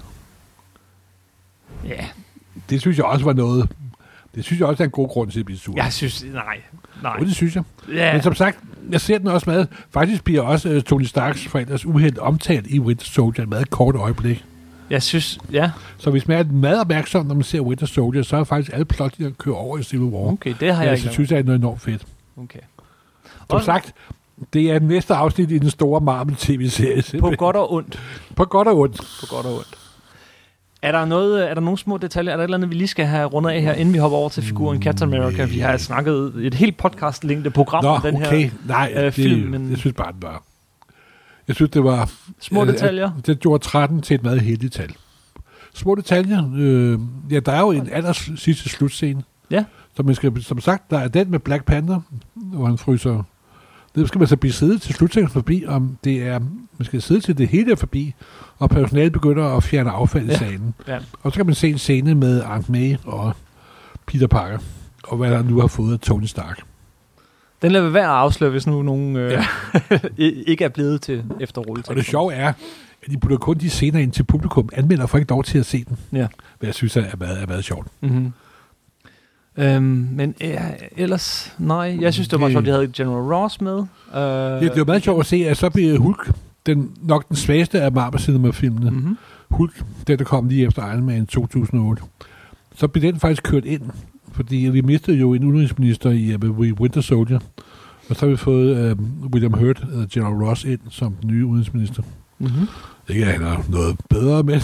Ja. Yeah. Det synes jeg også var noget... Det synes jeg også er en god grund til at blive sur. Jeg synes... Nej. Nej. Og det synes jeg. Yeah. Men som sagt, jeg ser den også med. Faktisk bliver også uh, Tony Starks forældres uheld omtalt i Winter Soldier et meget kort øjeblik. Jeg synes, ja. Så hvis man er meget opmærksom, når man ser Winter Soldier, så er faktisk alle plot, der kører over i Civil War. Okay, det har jeg, jeg ikke. Jeg synes, det er noget enormt fedt. Okay. Som og sagt, det er den næste afsnit i den store Marvel-tv-serie. På godt og ondt. På godt og ondt. På godt og ondt. Er der, noget, er der nogle små detaljer? Er der et eller andet, vi lige skal have rundet af her, inden vi hopper over til figuren Captain America? Vi har snakket et helt podcast-linkende program Nå, om den okay. her Nej, øh, det, film. Men jeg synes bare, den var... Jeg synes, det var... Små detaljer? Øh, det gjorde tretten til et meget heldigt tal. Små detaljer. Øh, ja, der er jo en allers sidste slutscene. Ja. Som, man skal, som sagt, der er den med Black Panther, hvor han fryser... Det skal man så blive siddet til slutscenen forbi, om det er... Man skal sidde til det hele er forbi, og personalet begynder at fjerne affald i ja. salen. Ja. Og så kan man se en scene med Aunt May og Peter Parker, og hvad der nu har fået af Tony Stark. Den lader være at afsløre, hvis nu nogen øh, ja. ikke er blevet til efter rulleteksten. Og det sjove er, at de putter kun de scener ind til publikum. Anmelder får ikke lov til at se den. Ja. Hvad jeg synes er meget, er meget sjovt. Mm-hmm. Øhm, men øh, ellers, nej. Jeg synes, det var okay. sjovt, de havde General Ross med. Øh, ja, det var meget sjovt at se, at så blev Hulk den, nok den svageste af Marvel-cinema-filmene. Mm-hmm. Hulk, den der kom lige efter Iron Man to tusind og otte. Så blev den faktisk kørt ind, fordi vi mistede jo en udenrigsminister i uh, Winter Soldier. Og så har vi fået uh, William Hurt, uh, General Ross, ind som den nye udenrigsminister. Mm-hmm. Ikke, at han er noget bedre, men,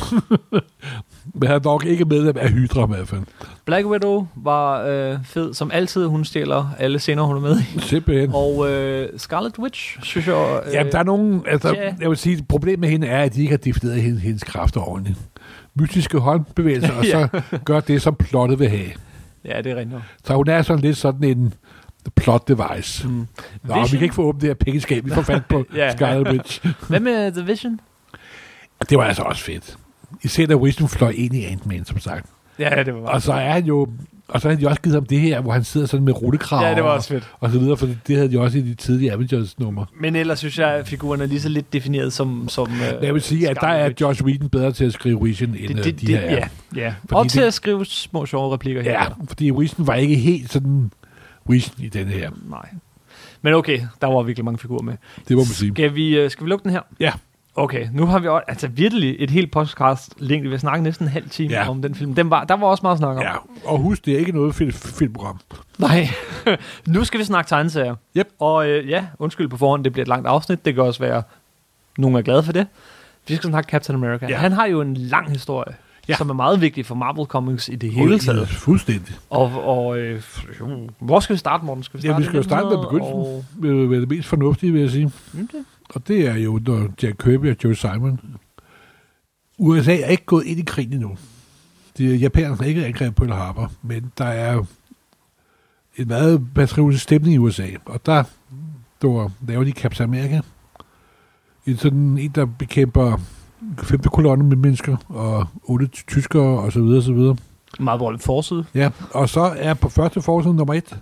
men han er nok ikke medlem af Hydra i hvert fald. Black Widow var øh, fed, som altid. Hun stjæler alle scener, hun er med i. Simpelthen. Og øh, Scarlet Witch, synes jeg... Øh, ja, der er nogen... Altså, ja. Jeg vil sige, problemet med hende er, at de ikke har defineret hendes, hendes kræfter ordentligt. Mystiske håndbevægelser, og så gør det, som plottet vil have. Ja, det er rigtigt. Så hun er sådan lidt sådan en plot device. Mm. Nå, Vision. Vi kan ikke få åbent det her pengeskab, vi får fat på ja. Scarlet Witch. Hvad med The Vision? Det var altså også fedt. Især da Vision fløj ind i Ant-Man, som sagt. Ja, det var Og så er han jo... Og så havde de også givet ham det her, hvor han sidder sådan med rullekrav. Ja, det var også fedt. Og så videre, for det havde de også i de tidlige Avengers-numre. Men ellers synes jeg, at figuren er lige så lidt defineret som... som uh, jeg vil sige, at der er Josh Whedon bedre til at skrive Vision, end det, det, de her det, er. Ja, ja. Og til det, at skrive små sjove replikker her. Ja, fordi Vision var ikke helt sådan Vision i den her. Nej. Men okay, der var virkelig mange figurer med. Det må man sige. Skal vi, uh, skal vi lukke den her? Ja. Okay, nu har vi også, altså virkelig et helt podcast længe. Vi har snakket næsten en halv time ja. om den film. Den var, der var også meget snak om. Ja, og husk, det er ikke noget film, filmprogram. Nej, nu skal vi snakke tegneserier. Yep. Og øh, ja, undskyld på forhånd, det bliver et langt afsnit. Det kan også være, nogen er glade for det. Vi skal snakke Captain America. Ja. Han har jo en lang historie, ja. som er meget vigtig for Marvel Comics i det hele taget. Fuldstændig. Og, og øh, hvor skal vi starte, Morten? Skal vi starte ja, vi skal jo starte med begyndelsen. Og... Med, med det mest fornuftige, vil jeg sige. Mm, det. Og det er jo, når Jack Kirby og Joe Simon. U S A er ikke gået ind i krigen endnu. De japanerne har ikke angrebet Pearl Harbor, men der er en meget patriotisk stemning i U S A. Og der, der laver de Captain America. En sådan en, der bekæmper femte kolonne med mennesker, og otte tyskere, og så videre, så videre. Meget voldeligt forside. Ja, og så er på første forside nummer et,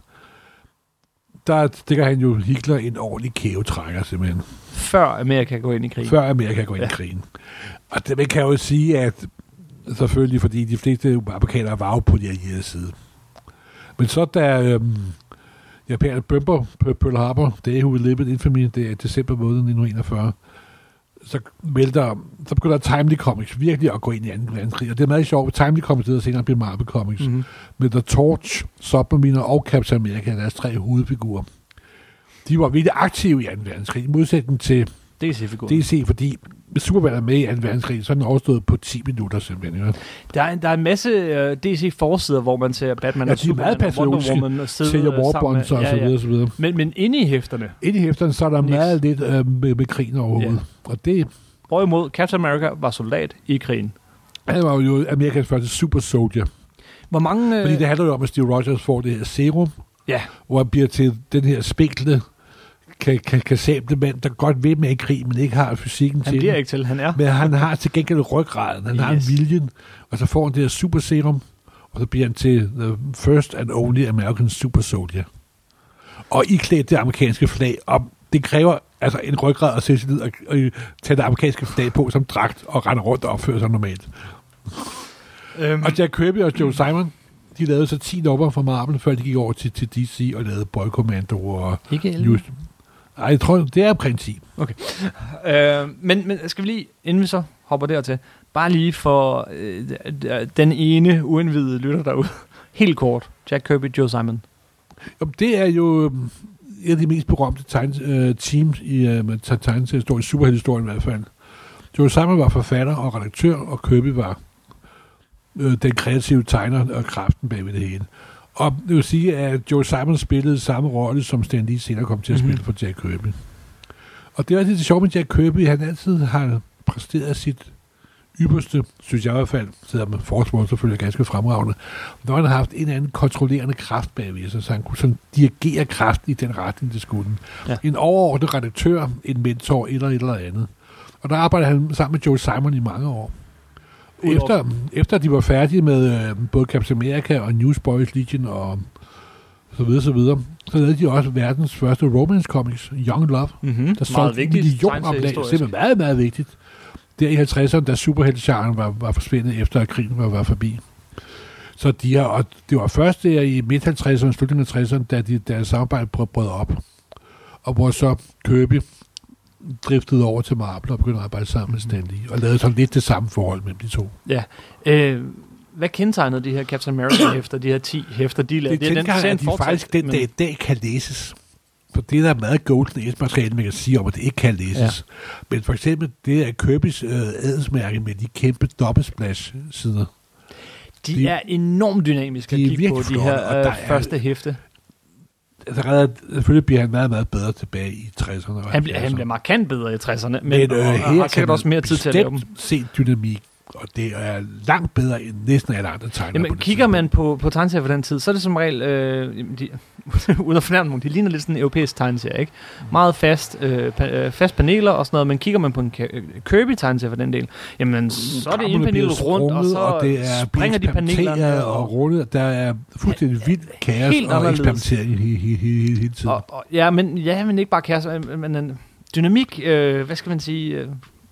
der stikker han jo Hitler en ordentlig kævetrækker, simpelthen. Før Amerika går ind i krigen. Før Amerika går ind ja. i krigen. Og det man kan jo sige, at selvfølgelig, fordi de fleste amerikanere var jo på de allierede side. Men så da øhm, Japaner bomber på Pearl Harbor, Day Who Will Live in Infamy, det er december måned nitten enogfyrre. Så vælter, så begynder Timely Comics virkelig at gå ind i anden verdenskrig. Og det er meget sjovt. Timely Comics, det der senere bliver Marvel Comics. Mm-hmm. Med The Torch, Submariner og Captain America, deres tre hovedfigurer. De var virkelig aktive i anden verdenskrig, i modsætning til D C-figuren. D C, fordi hvis Superman er med i anden verdenskrig, så er den overstået på ti minutter simpelthen. Ja. Der er, der er en masse uh, D C-forsider, hvor man ser Batman ja, og Superman og Wonder Woman og sidder Warbonds og, ja, ja. og så videre, så videre. Men, men inde i hæfterne? Inde i hæfterne, så er der Nix. meget lidt uh, med, med krigen overhovedet. Ja. Og det... Hvorimod Captain America var soldat i krigen. Han var jo Amerikas første super soldier. Hvor mange... Fordi det handler jo om, at Steve Rogers får det her serum, ja. hvor han bliver til den her spækle, kan, kan, kan sable mand, der godt vil med i krig, men ikke har fysikken han til Han bliver den. ikke til, han er. Men han har til gengæld ryggraden, han yes. har en viljen, og så får han det her super serum, og så bliver han til the first and only American super soldier. Og iklædt det amerikanske flag, og det kræver altså en ryggrad at sætte sig ned og, og tage det amerikanske flag på som dragt og rende rundt og opføre sig normalt. Um. Og Jack Kirby og Joe Simon, de lavede så ti numre fra Marvel, før de gik over til, til D C og lavede Boy Commando og... Ikke elleve? Nej, jeg tror, det er omkring ti. Okay. Uh, men, men skal vi lige, inden vi så hopper dertil, bare lige for uh, den ene uindvidede lytter derude, helt kort, Jack Kirby, Joe Simon. Jamen, det er jo et af de mest berømte tegn, øh, teams i uh, tegneseriehistorien, superheltehistorien i hvert fald. Joe Simon var forfatter og redaktør, og Kirby var øh, den kreative tegner og kraften bag ved det hele. Og det vil sige, at Joe Simon spillede samme rolle, som Stan Lee senere kom til at spille mm-hmm. for Jack Kirby. Og det er altid det sjovt med Jack Kirby, han altid har præsteret sit ypperste, synes jeg i hvert fald, selvom med forsmål selvfølgelig ganske fremragende, når han har haft en eller anden kontrollerende kraft bagved sig, så han kunne sådan dirigere kraften i den retning, det skulle. Ja. En overordnet redaktør, en mentor, eller et eller andet. Og der arbejder han sammen med Joe Simon i mange år. Efter, efter de var færdige med øh, både Captain America og Newsboys Legion og så videre, så videre, så lavede de også verdens første romance comics, Young Love, mm-hmm. der solgte en million oplag. Simpelthen meget, meget vigtigt. Der i halvtredserne, da superheltegenren var, var forsvindet efter, at krigen var, var forbi. Så de har, og det var først der i midt halvtredserne, slutningen af tresserne, da de, deres samarbejde brød op. Og hvor så Kirby driftede over til Marvel og begyndte at arbejde sammen med Stan Lee, og lavede sådan lidt det samme forhold mellem de to. Ja. Øh, hvad kendetegnede de her Captain America-hæfter, de her ti hæfter, de lavede? Det, det er den, at de faktisk den dag i dag kan læses. For det der er meget golden age-materiale, man kan sige om, at det ikke kan læses. Ja. Men for eksempel, det er Kirbys øh, adelsmærke med de kæmpe dobbeltsplash-sider. De, de er enormt dynamiske at kigge på, de her øh, første hæfte. Altså, selvfølgelig bliver han meget, meget bedre tilbage i tresserne. Han, bl- han bliver markant bedre i tresserne, men, men øh, og, og har sikkert også mere tid til at lave dem. Se dynamik, og det er langt bedre end næsten alle andre tegner. Jamen, på kigger man på, på tegneserier for den tid, så er det som regel, øh, de, uden at fornærme nogen, de ligner lidt sådan en europæisk tegneserie, ikke? Meget fast, øh, pa, fast paneler og sådan noget, men kigger man på en Kirby-tegneserie for den del, jamen, så er det en panel rundt, og så og det er springer de paneler. Og rundet, der er fuldstændig vildt kaos og eksperimentering hele tiden. Og, og, ja, men, ja, men ikke bare kaos, men en dynamik, øh, hvad skal man sige... Øh,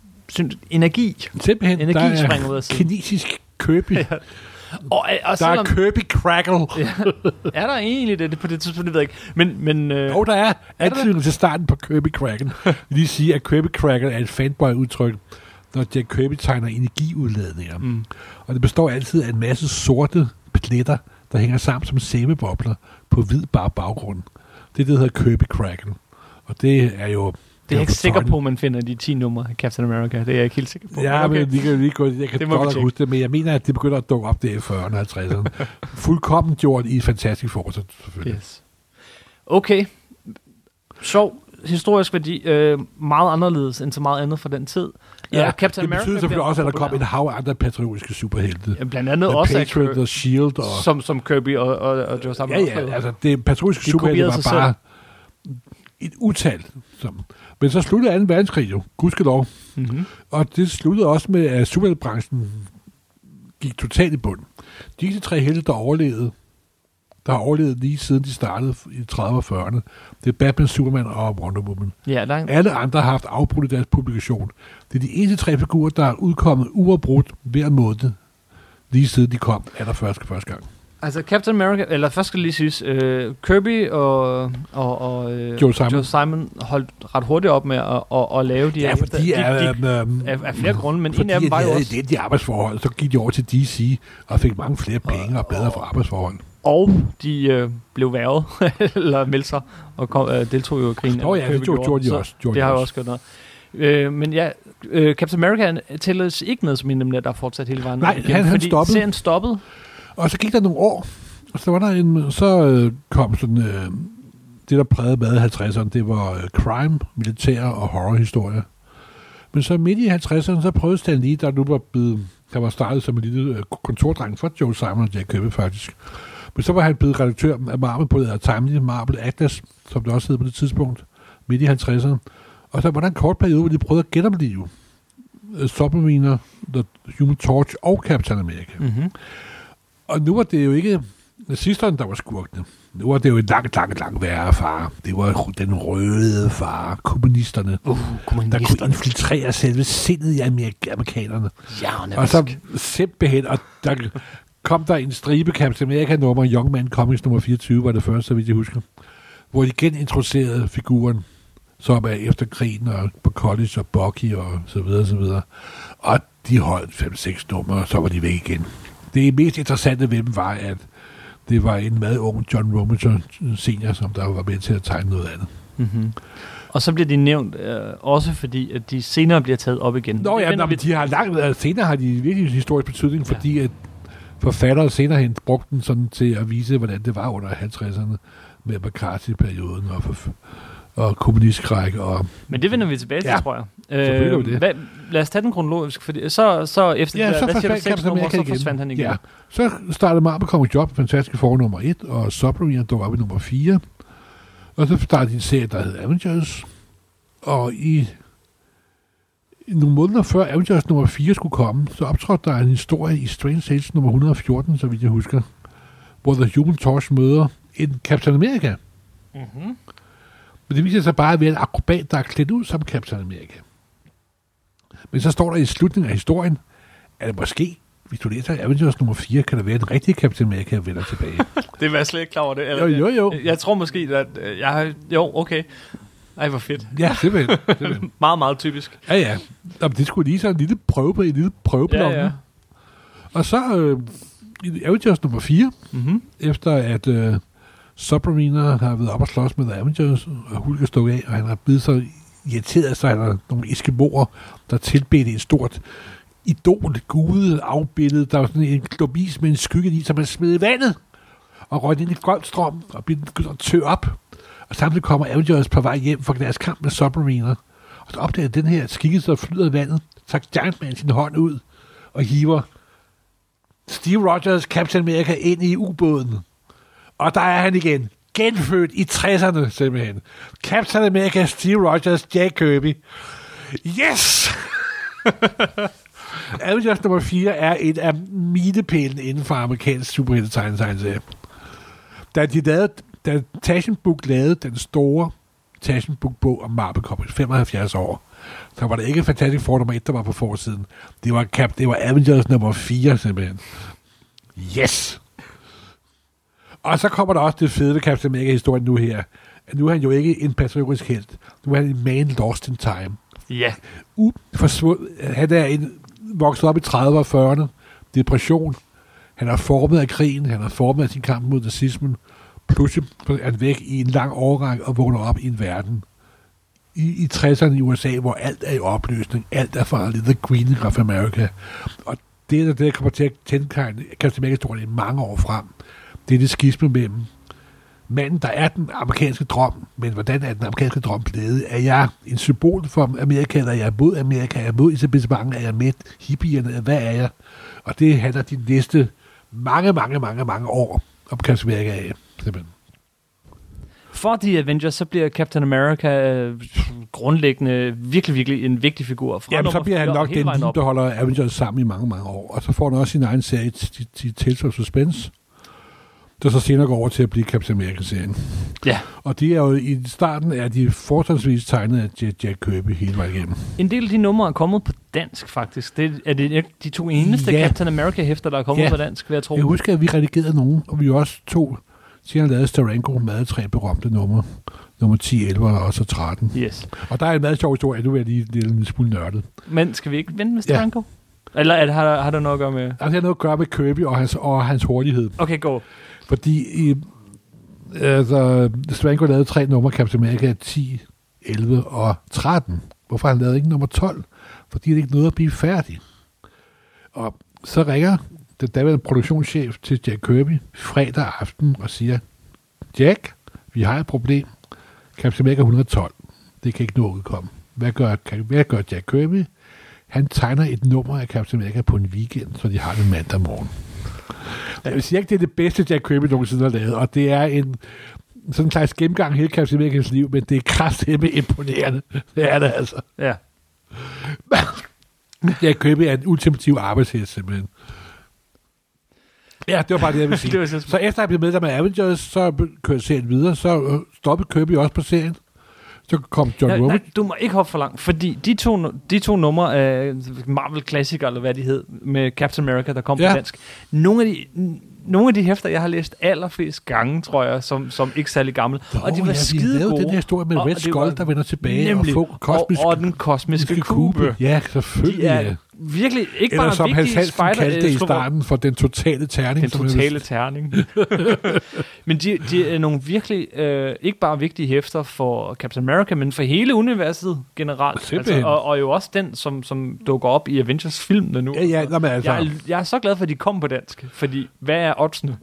energi. Simpelthen, energi der springer ud af siden. Kinesisk Kirby. Ja. Og, og der er Kirby Crackle. Ja. Er der egentlig det? På det tidspunkt, det ved jeg ikke. Men, men, øh, og der er antydning til starten på Kirby Crackle. Jeg vil lige sige, at Kirby Crackle er et fanboy-udtryk, når Jack Kirby tegner energiudladninger. Mm. Og det består altid af en masse sorte pletter, der hænger sammen som sæbebobler på hvid bar baggrund. Det er det, der hedder Kirby Crackle. Og det er jo... Det er jeg ikke sikker på, at man finder de ti numre af Captain America. Det er jeg ikke helt sikker på. Ja, okay. Men vi kan jo lige gå... Jeg kan godt huske det, men jeg mener, at det begynder at dukke op der i fyrrerne og halvtredserne. Fuldkommen gjort i fantastisk fortsat, selvfølgelig. Yes. Okay. Sjov historisk værdi. Øh, meget anderledes end så meget andet fra den tid. Ja, uh, Captain det betyder selvfølgelig også, at der kom en hav af andre patriotiske superhelte. Ja, blandt andet The også Patriot og Shield. Og som, som Kirby og, og, og Joe Simon. Ja, ja, altså det patriotiske superhelte var bare... et utal. Som. Men så sluttede anden verdenskrig jo, gudskelov. Mm-hmm. Og det sluttede også med, at superheltebranchen gik totalt i bund. Disse tre helte, der overlevede, der har overlevet lige siden de startede i trediverne og fyrrerne, det er Batman, Superman og Wonder Woman. Ja, der er... Alle andre har haft afbrudt i deres publikation. Det er de eneste tre figurer, der er udkommet uafbrudt hver måned, lige siden de kom allerførst første gang. Altså Captain America, eller først skal lige siges, øh, Kirby og, og, og øh, Joe Simon. Joe Simon holdt ret hurtigt op med at, at, at lave de ja, her. fordi er, gik, øh, af, af flere grunde, men en af dem var jo også... Fordi de arbejdsforhold, så gik de over til D C og fik mange flere penge og bedre for arbejdsforhold. Og de øh, blev værvet, eller meldte sig, og kom, øh, deltog jo i krigen. Nå ja, det gjorde, gjorde de også. Det har jo også gjort noget. Øh, men ja, øh, Captain America tælles ikke med som en af dem, der fortsat hele vejen. Nej, igen, han, han fordi stoppede. serien stoppede. Og så gik der nogle år, og så var der en, så øh, kom sådan, øh, det der prægede med halvtredserne, det var øh, crime, militær og horrorhistorie. Men så midt i halvtredserne, så prøvede Stan Lee, der nu var blevet, der var startet som en lille øh, kontordreng for Joe Simon og Jack Kirby faktisk. Men så var han blevet redaktør af Marvel på det her Timely Marvel Atlas, som det også hed på det tidspunkt, midt i halvtredserne. Og så var der en kort periode, hvor de prøvede at genopleve uh, Submariner, The Human Torch og Captain America. Mm-hmm. Og nu var det jo ikke nazisterne, der var skurkene. Nu var det jo en langt, langt, langt værre far. Det var den røde far, kommunisterne, uh, der kunne infiltrere selve sindet i amerik- amerikanerne. Ja, og så simpelthen, og der kom der en stribe Captain America-nummer, Young Man Comics nummer fireogtyve, var det første, så vidt jeg husker, hvor de genintroducerede figuren, som er efter krigen og på college og Bucky og så videre, så videre. Og de holdt fem seks numre, og så var de væk igen. Det mest interessante ved dem var, at det var en meget ung John Romita senior, som der var med til at tegne noget andet. Mm-hmm. Og så bliver de nævnt øh, også fordi, at de senere bliver taget op igen. Nå ja, men de har langt, senere har de virkelig historisk betydning, ja. Fordi at forfattere senere hen brugte den sådan til at vise, hvordan det var under halvtredserne med McCarthy-perioden og for, og kommunistkræk. Og men det vender vi tilbage til, ja, tror jeg. Øh, det. Hvad, lad os tage den kronologisk, fordi så, så efter ja, det, så hvad siger du, seks nummer, så igen. forsvandt han igen. Ja. Så startede Marvel Comics Job, Fantastiske Four nummer et, og Submariner dog op i nummer fire. Og så startede de en serie, der hed Avengers. Og i, i nogle måneder før Avengers nummer fire skulle komme, så optrådte der en historie i Strange Age nummer et hundrede og fjorten, så vidt jeg husker, hvor The Human Torch møder en Captain America. Mhm. Men det viser sig bare at være en akrobat, der er klædt ud som Captain America. Men så står der i slutningen af historien, at det måske, hvis du læser Avengers nummer fire, kan der være en rigtig Captain America, der vender tilbage. Det var jeg slet ikke klar over det. Eller, jo, jo, jo. Jeg, jeg tror måske, at øh, jeg har... Jo, okay. Ej, hvor fedt. Ja, simpelthen. simpelthen. meget, meget typisk. Ja, ja. Jamen, det skulle lige sådan en lille prøve på en lille prøve på ja, ja. Og så øh, i Avengers nummer fire, mm-hmm. efter at øh, Submariner har været op og slås med Avengers, og Hulk er stået af, og han har blevet så irriteret, så han har nogle eskimoer, der tilbedte et stort idol, gude, afbilledet. Der var sådan en globis med en skygge i, som han smed i vandet, og røg ind i Golfstrøm, og begyndte at tø op. Og samtidig kommer Avengers på vej hjem fra deres kamp med Submariner. Og så opdager den her skikkelse, der flyder i vandet, tager Giant Man sin hånd ud, og hiver Steve Rogers, Captain America, ind i ubåden. Og der er han igen. Genfødt i tresserne, simpelthen. Captain America, Steve Rogers, Jack Kirby. Yes! Avengers nummer fire er et af milepælene inden for amerikansk superhelte-tegneserie. Da de lavede, da Taschen Book lavede den store Taschen Book-bog om Marvel Comics, femoghalvfjerds år, så var det ikke Fantastic Four nummer et, der var på forsiden. Det var, Cap, det var Avengers nummer fire, simpelthen. Yes! Og så kommer der også det fede ved Captain America-historien nu her. Nu er han jo ikke en patriotisk helt. Nu er han en man lost in time. Ja. Uh, han er en, vokset op i trediverne og fyrrerne. Depression. Han er formet af krigen. Han er formet af sin kamp mod nazismen. Pludselig er han væk i en lang årrække og vågner op i en verden. I, i tresserne i U S A, hvor alt er i opløsning. Alt er farligt. The Queen of America. Og det er det, der kommer til at tænde Captain America-historien i mange år frem. Det er det skisme mellem manden, der er den amerikanske drøm, men hvordan er den amerikanske drøm blevet? Er jeg en symbol for Amerika, eller er jeg mod Amerika? Er jeg mod etablissementet? Er jeg med hippierne? Hvad er jeg? Og det handler de næste mange, mange, mange, mange år om Captain America af. Simpelthen. For The Avengers, så bliver Captain America øh, grundlæggende virkelig, virkelig en vigtig figur. Fra Jamen, så bliver han nok den, der holder Avengers sammen i mange, mange år. Og så får han også sin egen serie til Tales of Suspense. der så senere går over til at blive Captain America-serien. Ja. Og de er jo i starten er de fortrinsvis tegnet af Jack Kirby hele vejen igennem. En del af de numre er kommet på dansk, faktisk. Det er det de to eneste ja. Captain America-hæfter, der er kommet ja. på dansk, vil jeg tro. Jeg husker, at vi redigerede nogen, og vi også to senere lavede Steranko med tre berømte numre. Nummer ti, elleve og så tretten. Yes. Og der er en meget sjov historie, nu er jeg lige en lille smule nørdet. Men skal vi ikke vente med Steranko? Ja. Eller er det, har, har det noget at gøre med... Altså, det har noget at gøre med Kirby og hans, og hans hurtighed. Okay, go. Fordi i, altså, Steranko lavede tre numre, Captain America ti, elleve og tretten. Hvorfor han lavede ikke nummer tolv? Fordi det ikke nåede at blive færdig. Og så ringer den daværende produktionschef til Jack Kirby fredag aften og siger, Jack, vi har et problem. Captain America et hundrede og tolv. Det kan ikke nå at udkomme. Hvad gør, hvad gør Jack Kirby? Han tegner et nummer af Captain America på en weekend, så de har det mandag morgen. Jeg vil sige ikke, det er det bedste, Jack Kirby nogensinde har lavet, og det er en sådan en slags gennemgang hele Captain Americas liv, men det er kraftedeme imponerende. Det er det altså. Ja. Jack Kirby er en ultimativ arbejdshest, simpelthen. Ja, det var bare det, jeg ville sige. så, så efter jeg blev medlem af Avengers, så kørte serien videre, så stoppede Kirby også på serien. Så kom John ja, Romita. Nej, du må ikke hoppe for langt, fordi de to, de to numre af Marvel-klassikere, eller hvad de hed, med Captain America, der kom ja. på dansk, nogle af de... Nogle af de hæfter, jeg har læst allerflest gange, tror jeg, som, som ikke særlig gammel. Nå, og de var ja, skide gode. Den her historie med Red Skull, der vender tilbage nemlig, og får kosmisk og, og den kosmiske kube. Ja, selvfølgelig. De er virkelig ikke eller bare som vigtige Hans Hansen kaldte det i øh, starten for den totale terning. Den totale terning. Men de, de er nogle virkelig, øh, ikke bare vigtige hæfter for Captain America, men for hele universet generelt. Altså, og, og jo også den, som, som dukker op i Avengers-filmene nu. Ja, ja, nå, men altså. jeg, er, jeg er så glad for, at de kom på dansk, fordi hvad er oddsene?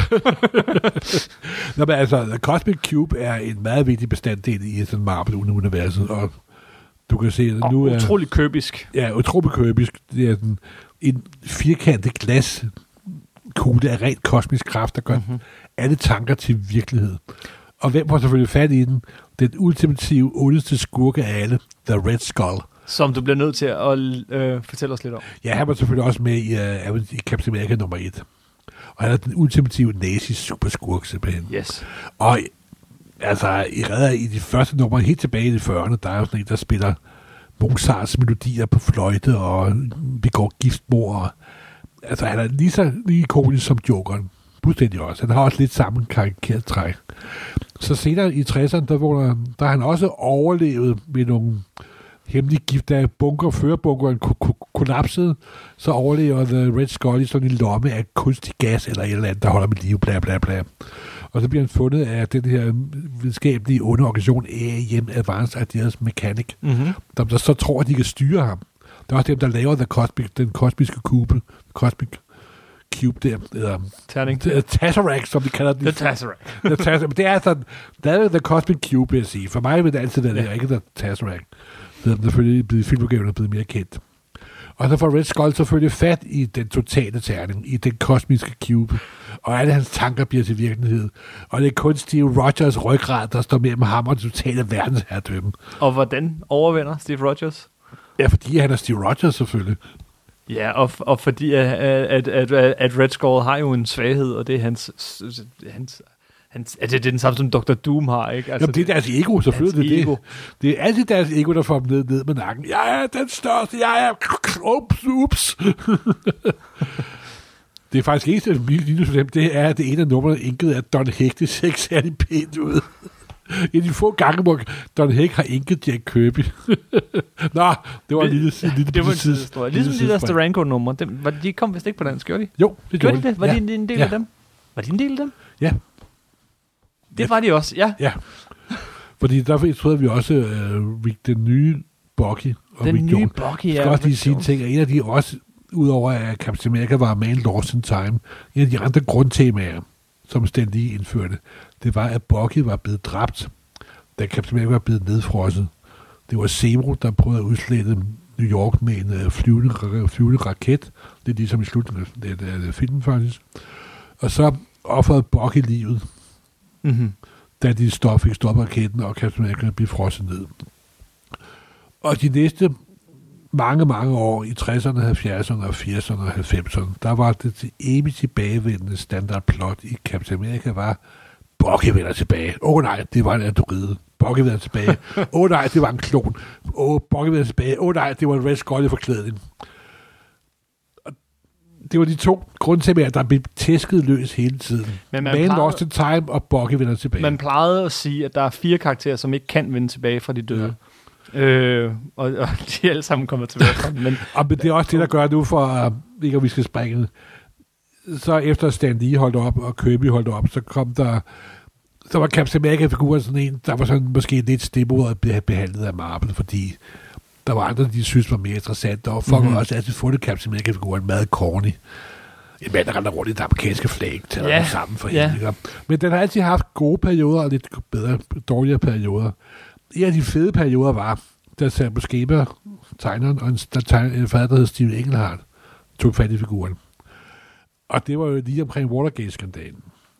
Nå, men altså, The Cosmic Cube er en meget vigtig bestanddel i sådan Marvel-universet, og du kan se, at og nu er... utrolig købisk. Ja, utrolig købisk. Det er sådan en firkantet glaskugle af rent kosmisk kraft, der gør mm-hmm. alle tanker til virkelighed. Og hvem får selvfølgelig fat i den? Den ultimative, ondeste skurke af alle, The Red Skull. Som du bliver nødt til at øh, fortælle os lidt om. Ja, han var selvfølgelig også med i, uh, i Captain America nummer et. Og han er den ultimative nazi-superskurk, simpelthen. Yes. Og altså, i redder i de første numre, helt tilbage i de fyrrerne, der er jo sådan en, der spiller Mozarts melodier på fløjte og begår giftmord. Og, altså, han er lige så lige ikonisk som Jokeren. Fuldstændig også. Han har også lidt samme karikeret træk. Så senere i tresserne, der, der, der har han også overlevet med nogle hemmelige gift, da bunker, førerbunkeren kollapsede, så overlever The Red Skull i sådan en lomme af kunstig gas eller et eller andet, der holder med liv, bla bla bla. Og så bliver han fundet af den her videnskabelige underorganisation A I M, Advanced Ideas Mechanic, mm-hmm. der, der så tror, at de kan styre ham. Det er også dem, der laver The Cosmic, den kosmiske kube, Cosmic Cube der, eller Terning. Tesseract, som de kalder det. The Tesseract. The Tesseract. Det er altså, der er The Cosmic Cube, vil jeg sige. For mig vil det altid være det, ikke The Tesseract. Det er selvfølgelig blevet filmudgaven blevet mere kendt. Og så får Red Skull selvfølgelig fat i den totale terning, i den kosmiske cube, og alle hans tanker bliver til virkelighed. Og det er kun Steve Rogers ryggrad, der står mellem ham og det totale verdensherredømme. Og hvordan overvinder Steve Rogers? Ja, fordi han er Steve Rogers selvfølgelig. Ja, og, og fordi at, at, at, at Red Skull har jo en svaghed, og det er hans... hans Han, altså, det er den samme, som doktor Doom har, ikke? Altså, Jamen, det er deres ego, selvfølgelig. Det, ego. Det. det er altid deres ego, der får dem ned, ned med nakken. Jeg er den største, jeg er... Ups, ups. Det er faktisk ikke så minus for dem. Det er, at det ene af numrene inket af Don Heck. Det ser ikke særlig pænt ud. En af de få gange, hvor Don Heck har inket Jack Kirby. Nå, det var en lille ja, lille det var en tidshistorie. Ligesom de der Steranko-numre. De kom vist ikke på dansk, gjorde de? Jo, det gjorde de. det? Var ja. de en del ja. af dem? Var de en del af dem? Ja. Det ja. var de også, ja. Ja. Fordi derfor troede vi også uh, den nye Bucky og den Rick nye Jones. Bucky, ja. Jeg skal også lige sige ting, at en af de også, udover at Captain America var Man Lost in Time, en af de andre grundtemaer, som Stan Lee indførte, det var, at Bucky var blevet dræbt, da Captain America var blevet nedfrosset. Det var Zemo, der prøvede at udslette New York med en uh, flyvende, flyvende raket. Det er ligesom i slutningen af, af, af filmen, faktisk. Og så offerede Bucky livet, mm-hmm. da de stop, fik stoppet raketten, og Captain America blev frosset ned. Og de næste mange, mange år i tresserne, halvfjerdserne og firserne og halvfemserne, der var det til evigt tilbagevendende standardplot i Captain America var, Bucky vender tilbage. Åh oh, nej, det var en androide. Bucky vender tilbage. Åh oh, nej, det var en klon. Åh, oh, Bucky vender tilbage. Åh oh, nej, det var en Red Skull i forklædning. Det var de to grunde til, at der blev tæsket løs hele tiden. Men man, man lost in time, og Bucky vender tilbage. Man plejede at sige, at der er fire karakterer, som ikke kan vende tilbage fra de døde. Ja. Øh, og, og de alle sammen kommer tilbage fra den. Men, og, men det er også det, der gør nu for, uh, ikke at vi skal springe. Så efter Stan Lee holdt op, og Kirby holdt op, så kom der, så var Captain America-figuren sådan en, der var sådan måske lidt stemmodet at blive behandlet af Marvel, fordi der var andre, de synes var mere interessant, og folk mm-hmm. har også altid fundet Captain America-figuren meget corny. En mand, der render rundt i det amerikanske flag, tager yeah. sammen for yeah. hende. Men den har altid haft gode perioder, og lidt bedre, dårligere perioder. En af de fede perioder var, da Sam Buscema, tegneren, og en, der tegner, en fader, der hed Steve Englehart, tog fat i figuren. Og det var jo lige omkring Watergate-skandalen.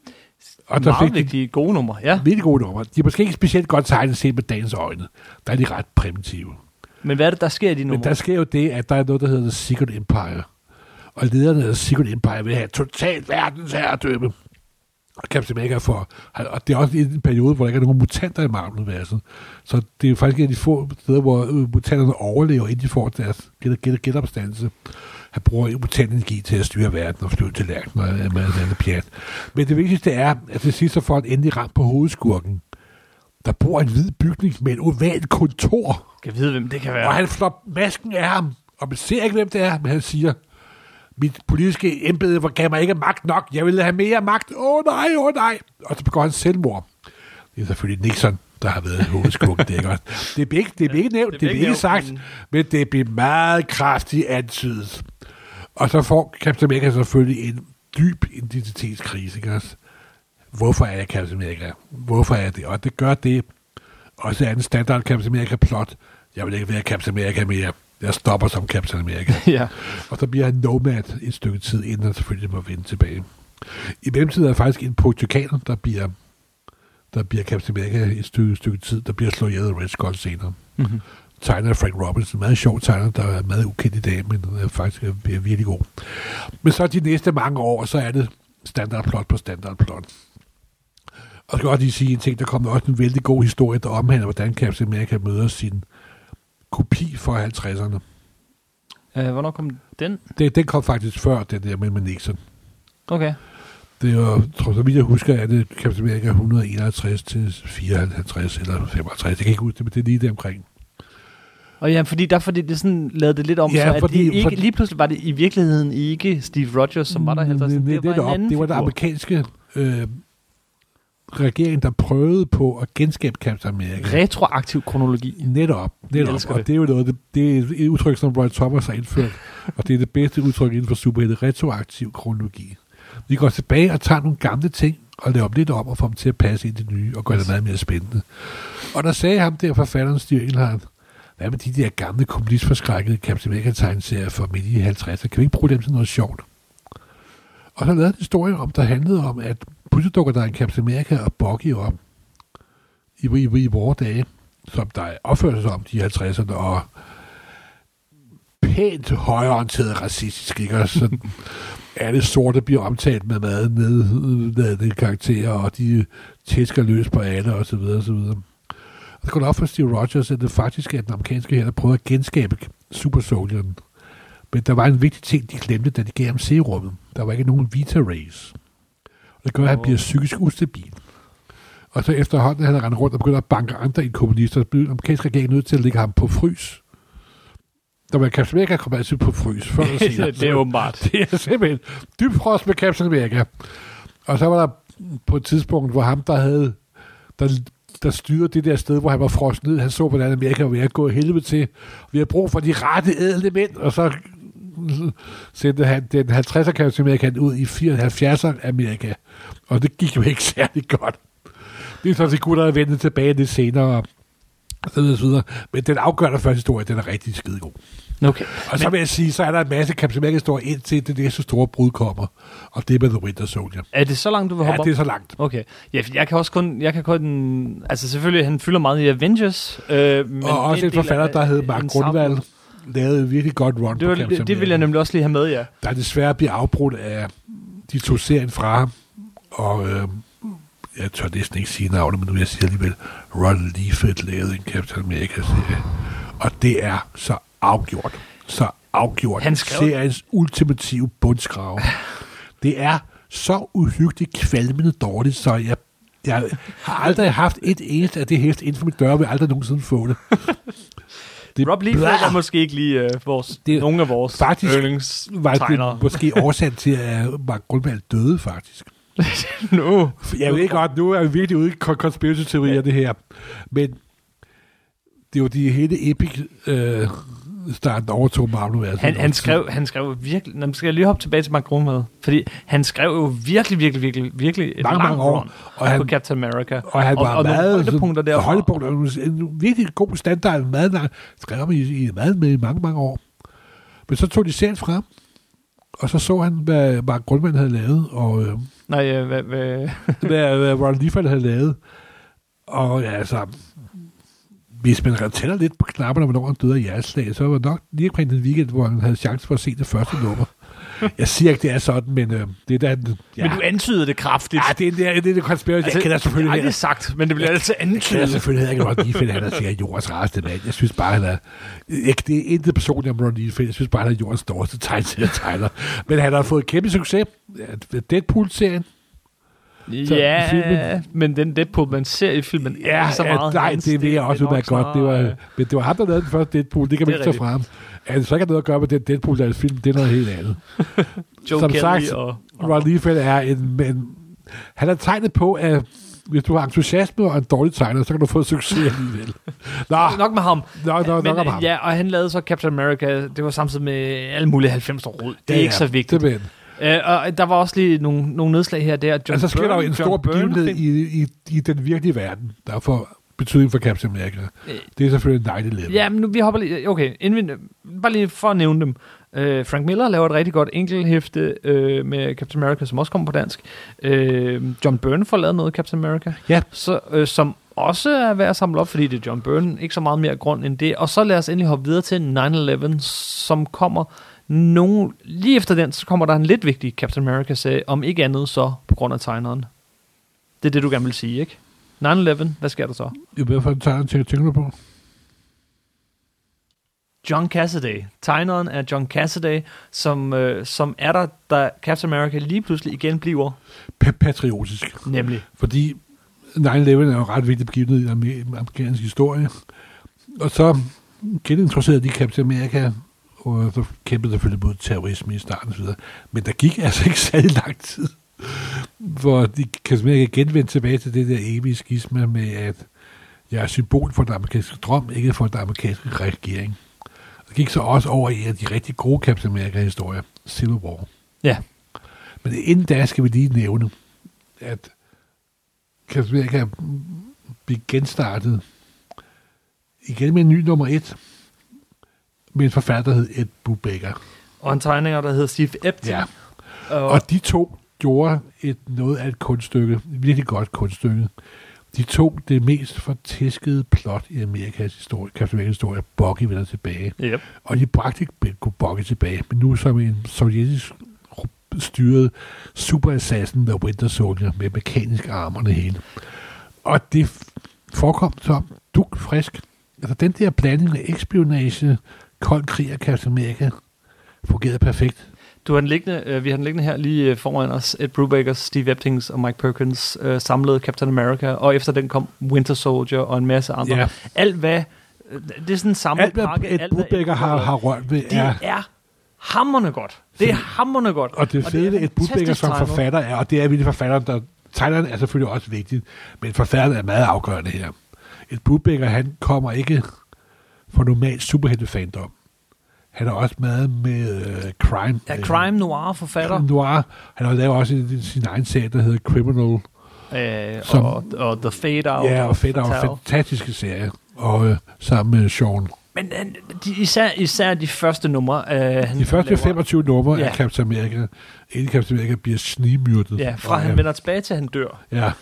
Og der meget fik vigtige gode numre, ja. Virkelig gode numre. De er måske ikke specielt godt tegnet set med dagens øjne. Der er de ret primitive. Men hvad er det, der sker i de numre? Men der sker jo det, at der er noget, der hedder The Secret Empire. Og lederne af The Secret Empire vil have totalt verdensherredømme. Og Captain America for... Og det er også en periode, hvor der ikke er nogen mutanter i Marvel-universet. Så det er faktisk en af de få steder, hvor mutanterne overlever, inden de får deres genopstandelse. Han bruger mutantenergi til at styre verden og flyve til lærken og med andet pjat. Men det vigtigste er, at det sidste får en endelig ramt på hovedskurken. Der bor en hvid bygning med en oval kontor. Jeg ved, hvem det kan være. Og han slår masken af ham, og man ser ikke, hvem det er, men han siger, mit politiske embede gav mig ikke magt nok. Jeg ville have mere magt. Åh oh, nej, åh oh, nej. Og så begår han selvmord. Det er selvfølgelig Nixon, der har været hovedskurken. Det er godt. Det bliver ikke, det bliver ikke nævnt, det, det bliver ikke sagt, men... men det bliver meget kraftigt antydet. Og så får Captain America selvfølgelig en dyb identitetskrise. Ikke? Hvorfor er jeg Captain America? Hvorfor er jeg det? Og det gør det. Også er en standard Captain America-plot. Jeg vil ikke være Captain America mere. Jeg stopper som Captain America. Ja. Og så bliver han nomad et stykke tid, inden han selvfølgelig må vende tilbage. I mellemtiden er der faktisk en portuganer, der bliver, der bliver Captain America et stykke, stykke tid, der bliver slået ihjel af Red Skull senere. Mm-hmm. Tegner Frank Robinson, en meget sjov tegner, der er meget ukendt i dag, men er faktisk er virkelig god. Men så de næste mange år, så er det standardplot på standardplot. Og jeg skal også lige sige en ting, der kommer også en vældig god historie, der omhandler, hvordan Captain America møder sin kopi fra halvtredserne. Uh, hvornår kom den? Det, den kom faktisk før, den der med, med Nixon. Okay. Det var, tror så vidt jeg husker, at det Captain America et hundrede og enoghalvtreds til fireoghalvtreds eller femoghalvtreds. Jeg kan ikke huske det, men det er lige der omkring. Og ja, fordi der fordi det sådan lavede det lidt om, ja, så at fordi, det ikke, fordi, lige pludselig var det i virkeligheden ikke Steve Rogers, som var der i halvtredserne. Det, det, det, det, det var den amerikanske øh, regering, der prøvede på at genskabe Captain America. Retroaktiv kronologi. Netop. netop. Og det. det er jo noget, det, det er et udtryk, som Roy Thomas har indført, og det er det bedste udtryk inden for superhelte, retroaktiv kronologi. Vi går tilbage og tager nogle gamle ting, og laver dem lidt om, og får dem til at passe ind i det nye, og gør det meget mere spændende. Og der sagde ham der forfatteren Steve Englehart, hvad med de der gamle kommunistforskrækkede Captain America-tegneserier fra midt i halvtredserne? Kan vi ikke bruge dem til noget sjovt? Og så lavede en historie om, der handlede om, at pludselig dukker der en Captain America og Bucky op i, i, i vores dage, som der opfører sig om de halvtredserne, og pænt højreorienteret racistisk, ikke? Og sådan, alle sorte bliver omtalt med meget nedladende karakterer, og de tæsker løs på alle, og så videre, og så videre. Og så går det op for Steve Rogers, at det faktisk er den amerikanske her, der prøver at genskabe Super Soldieren. Men der var en vigtig ting, de glemte, da de gav ham serummet. Der var ikke nogen Vita Rays. Og det gør, at han bliver psykisk ustabil. Og så efterhånden, han render rundt og begynder at banke andre i kommunister, så bliver den amerikanske regering nødt til at lægge ham på frys. Der var Captain America kommer altid på frys. Før eller senere. Det er åbenbart. Det er simpelthen dybfrost med Captain America. Og så var der på et tidspunkt, hvor ham, der havde... Der, der styrede det der sted, hvor han var frost ned. Han så, hvordan Amerika var ved at gå helvede til. Vi har brug for de rette ædle mænd, og så sendte han den halvtredser Captain America ud i fireoghalvfjerdserne Amerika. Og det gik jo ikke særlig godt. Det er så de gutter, der vendte tilbage lidt senere, og så videre, så videre. Men den afgørende første historie, den er rigtig skidegod. Okay. Og så vil jeg sige, så er der en masse Captain America-historier indtil det næste store brud kommer. Og det med The Winter Soldier. Er det så langt, du vil hoppe op? Ja, det er så langt. Okay. Ja, jeg kan også kun... Jeg kan kun altså selvfølgelig, han fylder meget i Avengers. Øh, men og også en forfatter, der hed Mark Grundvald. lavede et virkelig godt run det, på var, Captain det, det vil jeg nemlig også lige have med, ja. Der desværre bliver afbrudt af, de tog serien fra ham, og øh, jeg tør næsten ikke sige navnet, men nu vil jeg sige alligevel, Ron Liefeld lavede en Captain America-serie. Og det er så afgjort, så afgjort. Han skrev... seriens ultimative bundskrave. Det er så uhyggeligt kvalmende dårligt, så jeg, jeg har aldrig haft et eneste af det hæft inden for mit dør, og vil aldrig nogensinde få det. det Rob Liefeld er måske ikke lige uh, vores, det, nogle af vores yndlingstegnere. Faktisk var det måske årsagen til, at Mark Grundvald døde, faktisk. no. Jeg ved godt, nu er vi virkelig ude i konspirationsteorier, ja. Det her. Men det er jo de hele epic øh, starten overtog Marvel. Han, han, skrev, han skrev virkelig... Nå, skal jeg lige hoppe tilbage til Mark Grundvald? Fordi han skrev jo virkelig, virkelig, virkelig, virkelig et mange, langt mange år run og han, på Captain America. Og han var og, meget... Og højdepunkter der. Højdepunkter. En virkelig god standard. Meget lang. Skrev ham i, i meget med i mange, mange år. Men så tog de serien frem. Og så så han, hvad Mark Grundvald havde lavet. Og, øh, Nej, øh, hvad... hvad, hvad, hvad Ron Liefeld havde lavet. Og ja, altså... Hvis man tæller lidt på knapperne, hvornår han døde af hjerteslag, så var det nok lige omkring den weekend, hvor han havde chance for at se det første nummer. Jeg siger ikke, det er sådan, men øh, det er da... Ja. Men du antyder det kraftigt. Ja, det er det, er, det, er det konspirationsteori. Altså, jeg kender selvfølgelig... Det er aldrig sagt, men det bliver altid antydet. Jeg kender selvfølgelig ikke Ron Liefeld, han er sikkert jordens rareste mand. Jeg synes bare, han er... Ikke, det er intet personligt om Ron Liefeld. Jeg synes bare, han er jordens dårligste tegner. Men han har fået kæmpe succes. Deadpool-serien. Ja, men den Deadpool, man ser i filmen, ja, er så meget ja, nej, hans, det vil jeg også udmærket godt. Det var, men det var ham, der lavede den første Deadpool. Det kan man ikke tage frem. Altså, så kan noget at gøre med den Deadpool, der er film. Det er noget helt andet. Joe Som Kelly sagt, og... Ron Liefeld er en... en han har tegnet på, at hvis du har entusiasme og en dårlig tegner, så kan du få succes alligevel. Nå, nok med ham. Nå, nå, men, nok om ham. Ja, og han lavede så Captain America. Det var samtidig med alle mulige halvfems år rod. Det er ja, ikke så vigtigt. Det Uh, og der var også lige nogle, nogle nedslag her der. John altså, så sker Byrne, der jo en John stor begivenhed i, i, i den virkelige verden, der får betydning for Captain America. Uh, det er selvfølgelig nine eleven. Ja, men nu, vi hopper lige... Okay, inden vi, bare lige for at nævne dem. Uh, Frank Miller laver et rigtig godt enkelthæfte uh, med Captain America, som også kommer på dansk. Uh, John Byrne får lavet noget Captain America. Ja. Så, uh, som også er værd at samle op, fordi det er John Byrne. Ikke så meget mere grund end det. Og så lad os endelig hoppe videre til nine eleven, som kommer... Nogle, lige efter den, så kommer der en lidt vigtig Captain America-serie, om ikke andet så på grund af tegneren. Det er det, du gerne vil sige, ikke? nine eleven, hvad sker der så? Hvad for en tegner tænker du på? John Cassaday. Tegneren er John Cassaday, som, øh, som er der, da Captain America lige pludselig igen bliver... patriotisk. Nemlig. Fordi nine eleven er jo ret vigtigt begivenhed i amerikansk historie. Og så genintroducerede de Captain America... og så kæmpede selvfølgelig mod terrorisme i starten og så videre. Men der gik altså ikke særlig lang tid, hvor de kan simpelthen genvende tilbage til det der evige skisma med, at jeg er symbol for den amerikanske drøm, ikke for den amerikanske regering. Det gik så også over i af de rigtig gode Captain America-historier, Civil War. Ja. Men inden da skal vi lige nævne, at Captain America blev genstartet igen med en ny nummer et, med en forfatter, der hed Ed Brubaker. Og en tegninger, der hed Steve Epting. Ja. Og, og de to gjorde et, noget af et kunststykke, et virkelig godt kunststykke. De tog det mest fortæskede plot i Amerikas historie, Captain Amerikas historie, Bucky vender tilbage. Yep. Og de bragte ikke Bucky tilbage, men nu som en sovjetisk styret superassassin, der Winter Soldier, med mekaniske arme og det hele. Og det forekom som duk frisk. Altså den der blanding af espionage, kold krig og Captain America fungerede perfekt. Du har den liggende, øh, vi har den liggende her lige øh, foran os. Ed Brubakers, Steve Eptings og Mike Perkins øh, samlede Captain America, og efter den kom Winter Soldier og en masse andre. Ja. Alt hvad, øh, det er sådan en samlet alt, pakke. Ed Brubaker har, har rørt ved, det er, er hamrende godt. Det er hamrende godt. Og det fede, Ed Brubaker som forfatter er, og det er virkelig forfatteren, der tegneren er selvfølgelig også vigtigt, men forfatteren er meget afgørende her. Ed Brubaker, han kommer ikke fra normalt superheltefandom. Han er også meget med uh, crime. Ja, crime noir forfatter. Crime noir. Han har lavet også sin, sin egen serie, der hedder Criminal. Øh, som, og, og The Fade Out. Ja, og Fade Out. Fantastiske serie. Og uh, sammen med Sean. Men de, især, især de første numre. Uh, han de første laver, femogtyve numre ja. af Captain America. Inden Captain America bliver snigmyrdet. Ja, fra og, han ja. vender tilbage til, han dør. Ja.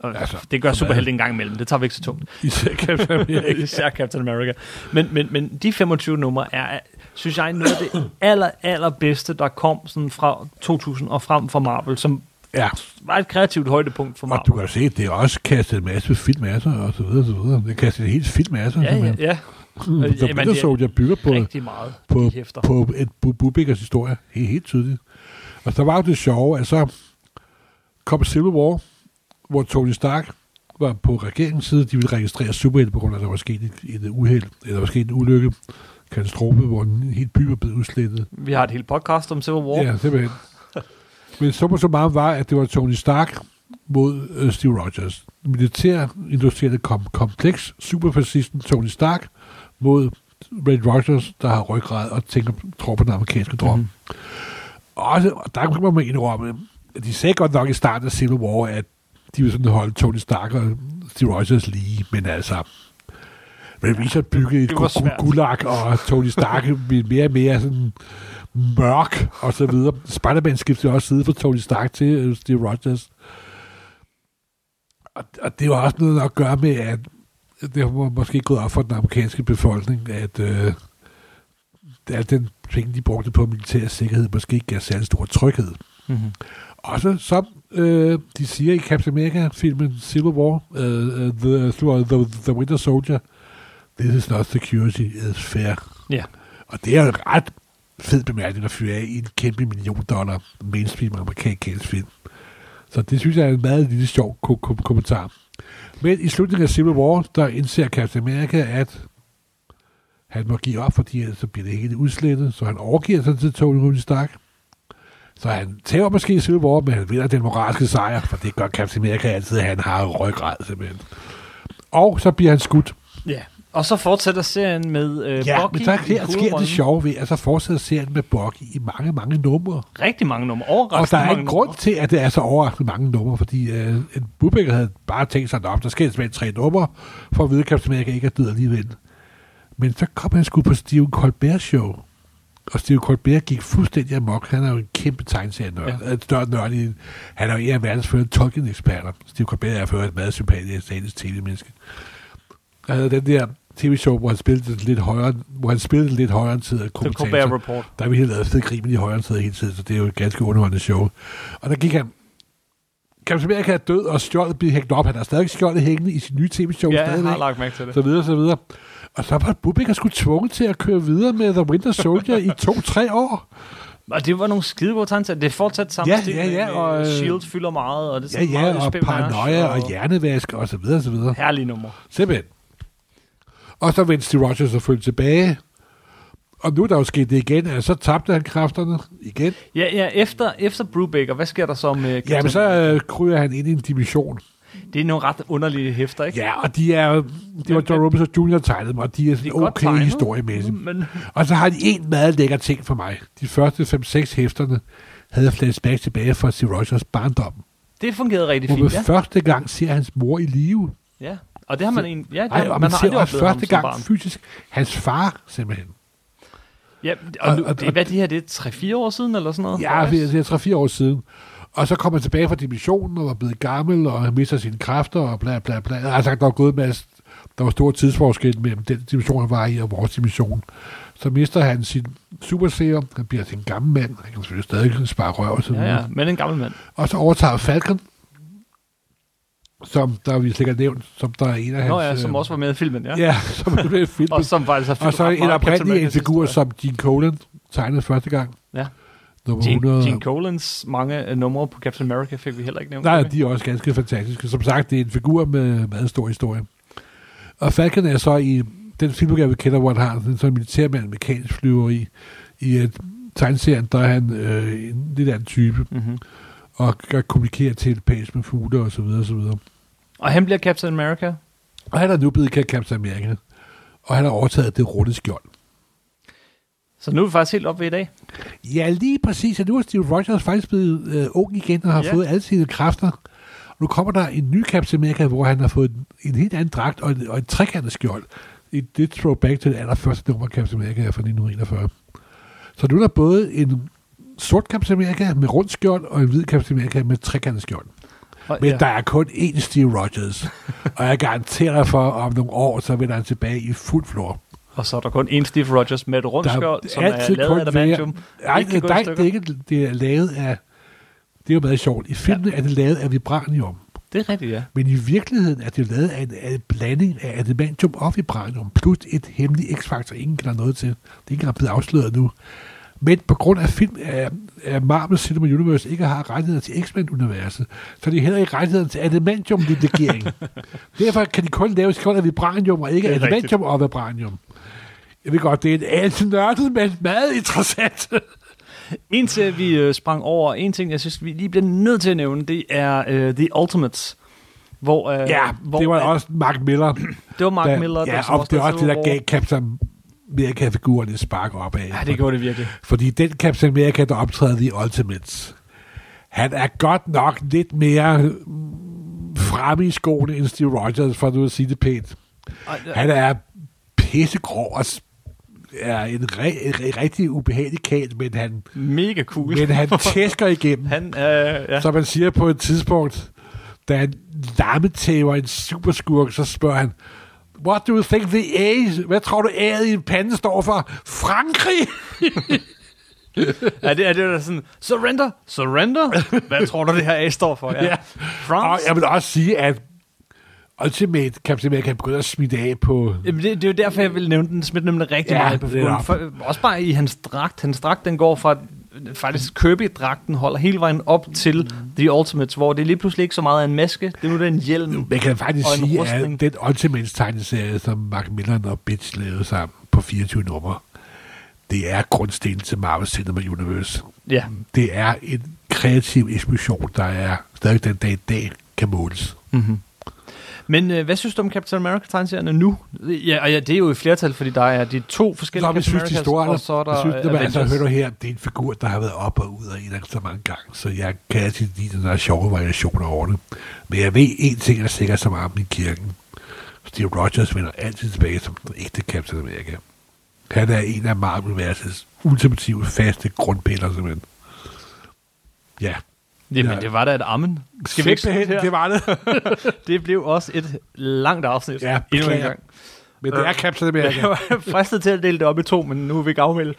Og altså, det gør superhelte en gang imellem. Det tager vi ikke så tungt. Især Captain America. Især Captain America. Men, men, men de femogtyve numre er, synes jeg, noget af det aller, allerbedste, der kom sådan fra to tusind og frem fra Marvel, som ja. var et kreativt højdepunkt for Marvel. Og du kan se, det er også kastet en masse filmasser og så videre, så videre. Det er kastet en helt filmasser. Ja, ja, ja. Mm, The Winter Soldier bygger på, rigtig meget på, på et Brubaker's historie. Helt, helt tydeligt. Og så var jo det sjove, at så kom Civil War, hvor Tony Stark var på regeringens side. De ville registrere superhelte på grund af, at der var sket et, et uheld, eller der var sket en ulykke, katastrofe, hvor en helt by var blevet udslettet. Vi har et helt podcast om Civil War. Ja, simpelthen. Men så så meget var, at det var Tony Stark mod uh, Steve Rogers. Militærindustrielle kom- kompleks, superfascisten Tony Stark mod Red Rogers, der har ryggrad og tænker, tror på den amerikanske drøm. Mm. Også, og der kan man indrømme, at de sagde godt nok i starten af Civil War, at de ville sådan holde Tony Stark og Steve Rogers lige, men altså Red Richard byggede et gu- gulag, og Tony Stark blev mere og mere sådan mørk, og så videre. Spider-Man skiftede også side fra Tony Stark til uh, Steve Rogers. Og, og det var også noget at gøre med, at det var måske gået op for den amerikanske befolkning, at øh, al den penge, de brugte på militær sikkerhed, måske ikke gav særlig stor tryghed. Mm-hmm. Og så, som øh, de siger i Captain America-filmen Civil War, uh, the, the, the Winter Soldier, this is not security, it's fair. Yeah. Og det er en ret fed bemærkning at fyre af i en kæmpe million dollar mainstream amerikansk film. Så det synes jeg er en meget lille sjov ko- ko- kommentar. Men i slutningen af Civil War, der indser Captain America, at han må give op, fordi så bliver det helt udslettet, så han overgiver sig til Tony Stark. Så han tager måske Civil War, men han vinder den moralske sejr, for det gør Captain America altid, at han har ryggrad simpelthen. Og så bliver han skudt. Ja, yeah. Og så fortsætter serien med øh, ja, Bucky. Men så her sker det sjove ved, at så fortsætter serien med Bucky i mange, mange numre. Rigtig mange numre. Overraskende. Og der er en grund numre. til, at det er så overraskende mange numre, fordi øh, en Brubaker havde bare tænkt sig, at der skal være tre numre, for at vide, at Captain America ikke er død alligevel. Men så kom han sgu på Stephen Colbert Show. Og Stephen Colbert gik fuldstændig amok. Han er jo en kæmpe tegneserienørd. Ja. En større nørd i, han er jo en af verdens førende Tolkien-eksperter. Stephen Colbert er for et meget sympatisk statisk tv-menneske. Han havde den der tv-show, hvor han spillede lidt højere, hvor han spillede lidt højere end tid af kommentator. The Colbert Report. Der vi helt lavet fed grin med de højere tid hele tiden, så det er jo et ganske underholdende show. Og der gik han, Captain America er død, og skjoldet bliver hængt op. Han har stadig skjoldet hængende i sin nye tv-show. Ja, stadigvæk. Jeg har lagt mærke til det. Så videre, så videre. Og så var Brubaker sgu tvunget til at køre videre med The Winter Soldier i to-tre år. Og det var nogle skide gode tegneserier. Det er fortsat samme ja, stil. Ja, ja, og Shield fylder meget, og det er ja, ja, meget og paranoia og, og hjernevask og så videre, så videre. Herlige nummer. Simpelthen. Og så vendte Steve Rogers selvfølgelig tilbage. Og nu er der jo sket det igen, at så tabte han kræfterne igen. Ja, ja, efter, efter Brubaker, hvad sker der så med... Ja, men så øh, kryger han ind i en dimension. Det er nogle ret underlige hæfter, ikke? Ja, og de er det var John Robinson junior tegnet dem, og de er sådan okay tegnet, historiemæssigt. Men... Og så har de en meget lækker ting for mig. De første fem seks hæfterne havde flashback tilbage fra Steve Rogers barndom. Det fungerede rigtig hvor fint, ja. første gang ser hans mor i live. Ja, og det har man en... Ja, det, Ej, og man, man ser også første gang fysisk hans far, simpelthen. Ja, og, og, og det, hvad det her, det er tre-fire år siden, eller sådan noget? Ja, det er tre-fire år siden. Og så kommer han tilbage fra dimensionen, og var blevet gammel, og han mister sine kræfter, og bla bla bla. Altså, der var gået med, der var store tidsforskel mellem den dimension, han var i, og vores dimension. Så mister han sin superserum, han bliver til en gammel mand, han kan selvfølgelig stadig spare røv og sådan ja, ja, men en gammel mand. Og så overtager Falcon, som der vi sikkert nævnt, som der er en af Nå, hans... ja, som øh, også var med i filmen, ja. Ja, som var med i filmen. og som faktisk har og så en oprindelig en figur, som Gene Colan tegnede første gang. Ja. Gene, Gene Colans mange uh, numre på Captain America fik vi heller ikke nævnt. Nej, de er også ganske fantastiske. Som sagt, det er en figur med meget stor historie. Og Falcon er så i den filmudgave, vi kender, hvor han har en sådan militærmand, mekanisk flyver i, i et tegneserien, der er han øh, en lidt anden type, mm-hmm. og kan kommunikere telepæisk med fugle og så videre, og så videre. Og han bliver Captain America? Og han er nu blevet Captain America, og han har overtaget det runde skjold. Så nu er vi faktisk helt oppe ved i dag? Ja, lige præcis. Og nu er Steve Rogers faktisk blevet øh, ung igen og har yeah. fået alle sine kræfter. Og nu kommer der en ny Captain America, hvor han har fået en, en helt anden dragt og, en, og et trekantet skjold. Det er throwback til det allerførste nummer Captain America fra nitten enogfyrre. Så nu er der både en sort Captain America med rundt skjold og en hvid Captain America med trekantet skjold. Og, Men ja. der er kun én Steve Rogers, og jeg garanterer dig for, om nogle år, så vender han tilbage i fuld flor. Og så er der kun én Steve Rogers med et rundt skjold, som er lavet af adamantium. Nej, det, der, det er ikke det er lavet af... Det er jo meget sjovt. I filmen ja. er det lavet af vibranium. Det er rigtigt, ja. Men i virkeligheden er det lavet af en, af en blanding af adamantium og vibranium, plus et hemmeligt X-faktor, ingen kender noget til. Det er ikke engang blevet afsløret nu. Men på grund af film af, af Marvel Cinema Universe ikke har rettigheder til X-Men-universet, så er de heller ikke rettigheder til adamantium-legering. Derfor kan de kun lave skjold af vibranium, og ikke adamantium rigtigt. Og vibranium. Jeg ved godt, det er en alt nørdet, men meget interessant. Indtil vi øh, sprang over, en ting, jeg synes, vi lige bliver nødt til at nævne, det er øh, The Ultimates. Hvor, øh, ja, hvor, det var øh, også Mark Miller. Det var Mark der, Miller. Ja, der, og det er også det, der gav Captain America-figuren et spark op af. Ja, det gjorde det virkelig. Fordi den Captain America, der optræder The Ultimates, han er godt nok lidt mere fremme i skoene end Steve Rogers, for nu at sige det pænt. Han er pissegrov og er en, re- en rigtig ubehagelig kat, men han... Mega cool. Men han tæsker igennem. Han, øh, ja. Så man siger på et tidspunkt, da han lammetæver en superskurk, så spørger han, what do you think the A... Hvad tror du A'et i en pande står for? Frankrig! Ja, det er det der sådan, surrender, surrender. Hvad tror du, det her A står for? Ja. Ja. France. Og jeg vil også sige, at Ultimate Captain America begynder at smide af på... Jamen, det, det er jo derfor, jeg vil nævne den smidt nemlig rigtig ja, meget på figuren. For, også bare i hans dragt. Hans dragt, den går fra... Faktisk Kirby-dragten holder hele vejen op til mm. The Ultimates, hvor det er lige pludselig ikke så meget af en maske. Det er nu den hjelm. Man kan faktisk og sige, rustning. at den Ultimates-tegneserie, som Mark Miller og Bitch lavede sammen på fireogtyve numre, det er grundstenen til Marvel Cinema Universe. Ja. Det er en kreativ eksplosion, der er stadig den dag i dag kan måles. Mm-hmm. Men øh, hvad synes du om Captain America-tegneserierne nu? Ja, og ja, det er jo et flertal, fordi der er de to forskellige Nå, Captain Americas, og så er der synes, uh, det, altså, hører du her, det er en figur, der har været op og ud af en så mange gange, så jeg kan altid lide den der sjove variationer over det. Men jeg ved, en ting er sikkert som armen i kirken. Steve Rogers vender altid tilbage som den ægte Captain America. Han er en af Marvel-universets ultimative faste grundpiller, simpelthen. Ja. Jamen, ja. det var da et ammen. Skal vi ikke her? Det var det. Det blev også et langt afsnit. Ja, endnu en gang. Men det er Captain America. Jeg var fristet til at dele det op i to, men nu er vi ikke afmelde.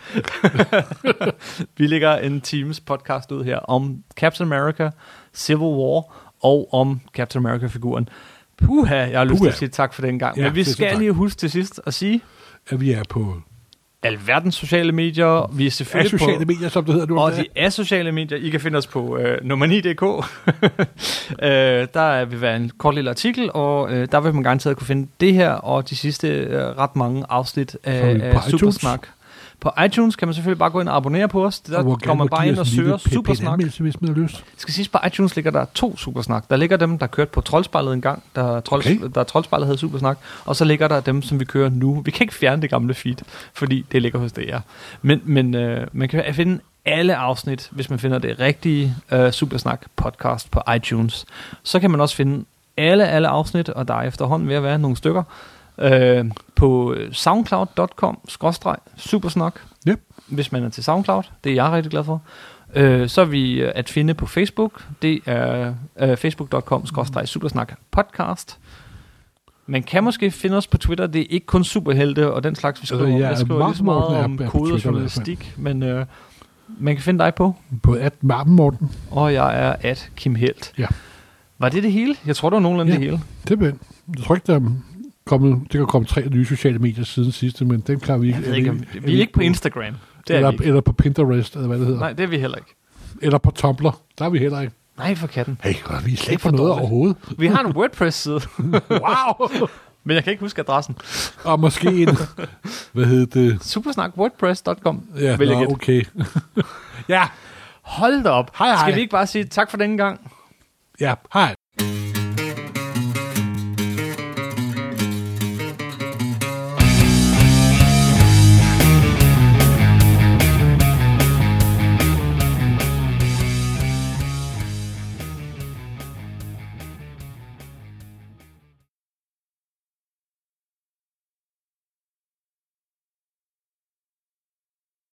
Vi lægger en Teams podcast ud her om Captain America, Civil War og om Captain America-figuren. Puha, jeg har lyst Puha. til at sige tak for den gang. Ja, men vi skal lige huske til sidst at sige, at vi er på alverdens sociale medier. Vi er selvfølgelig sociale på, medier, som det hedder nu. Og de er sociale medier. I kan finde os på øh, nummer ni punktum d k. øh, der vil være en kort lille artikel, og øh, der vil man garanteret kunne finde det her og de sidste øh, ret mange afsnit af, af Supersnak. På iTunes kan man selvfølgelig bare gå ind og abonnere på os. Der går man bare ind og søger Supersnak. Hvis man har lyst. Jeg skal sige, på iTunes ligger der to Supersnak. Der ligger dem, der kørte på Troldspejlet en gang, der, trolds, okay. der Troldspejlet havde Supersnak, og så ligger der dem, som vi kører nu. Vi kan ikke fjerne det gamle feed, fordi det ligger hos D R. Men, men øh, man kan finde alle afsnit, hvis man finder det rigtige øh, Supersnak podcast på iTunes. Så kan man også finde alle, alle afsnit, og der er efterhånden ved at være nogle stykker, Øh, på soundcloud punktum com skråstreg supersnak, yep. Hvis man er til SoundCloud. Det er jeg rigtig glad for. Øh, så er vi at finde på Facebook. Det er øh, facebook punktum com skråstreg supersnak podcast. Man kan måske finde os på Twitter. Det er ikke kun superhelte og den slags, vi skriver altså, om. Ja, Jeg skriver lige så meget om kode og journalistik, men øh, man kan finde dig på. På at Marben Morten. Og jeg er at Kim Helt. Ja. Var det det hele? Jeg tror, det var nogenlunde ja, det hele. Det er jeg tror ikke, der kommet, det kan komme tre nye sociale medier siden sidste, men dem klarer vi ikke. Jeg ikke om, vi er, vi er ikke på Instagram. Det eller, er vi ikke. Eller på Pinterest, eller hvad det hedder. Nej, det er vi heller ikke. Eller på Tumblr. Der er vi heller ikke. Nej, for katten. Hey, vi er slet ikke på noget overhovedet. Vi har en WordPress-side. Wow! Men jeg kan ikke huske adressen. Og måske en, hvad hedder det? supersnak wordpress punktum com. Ja, nå, okay. Ja. Hold da op. Hej, hej. Skal vi ikke bare sige tak for denne gang? Ja, hej.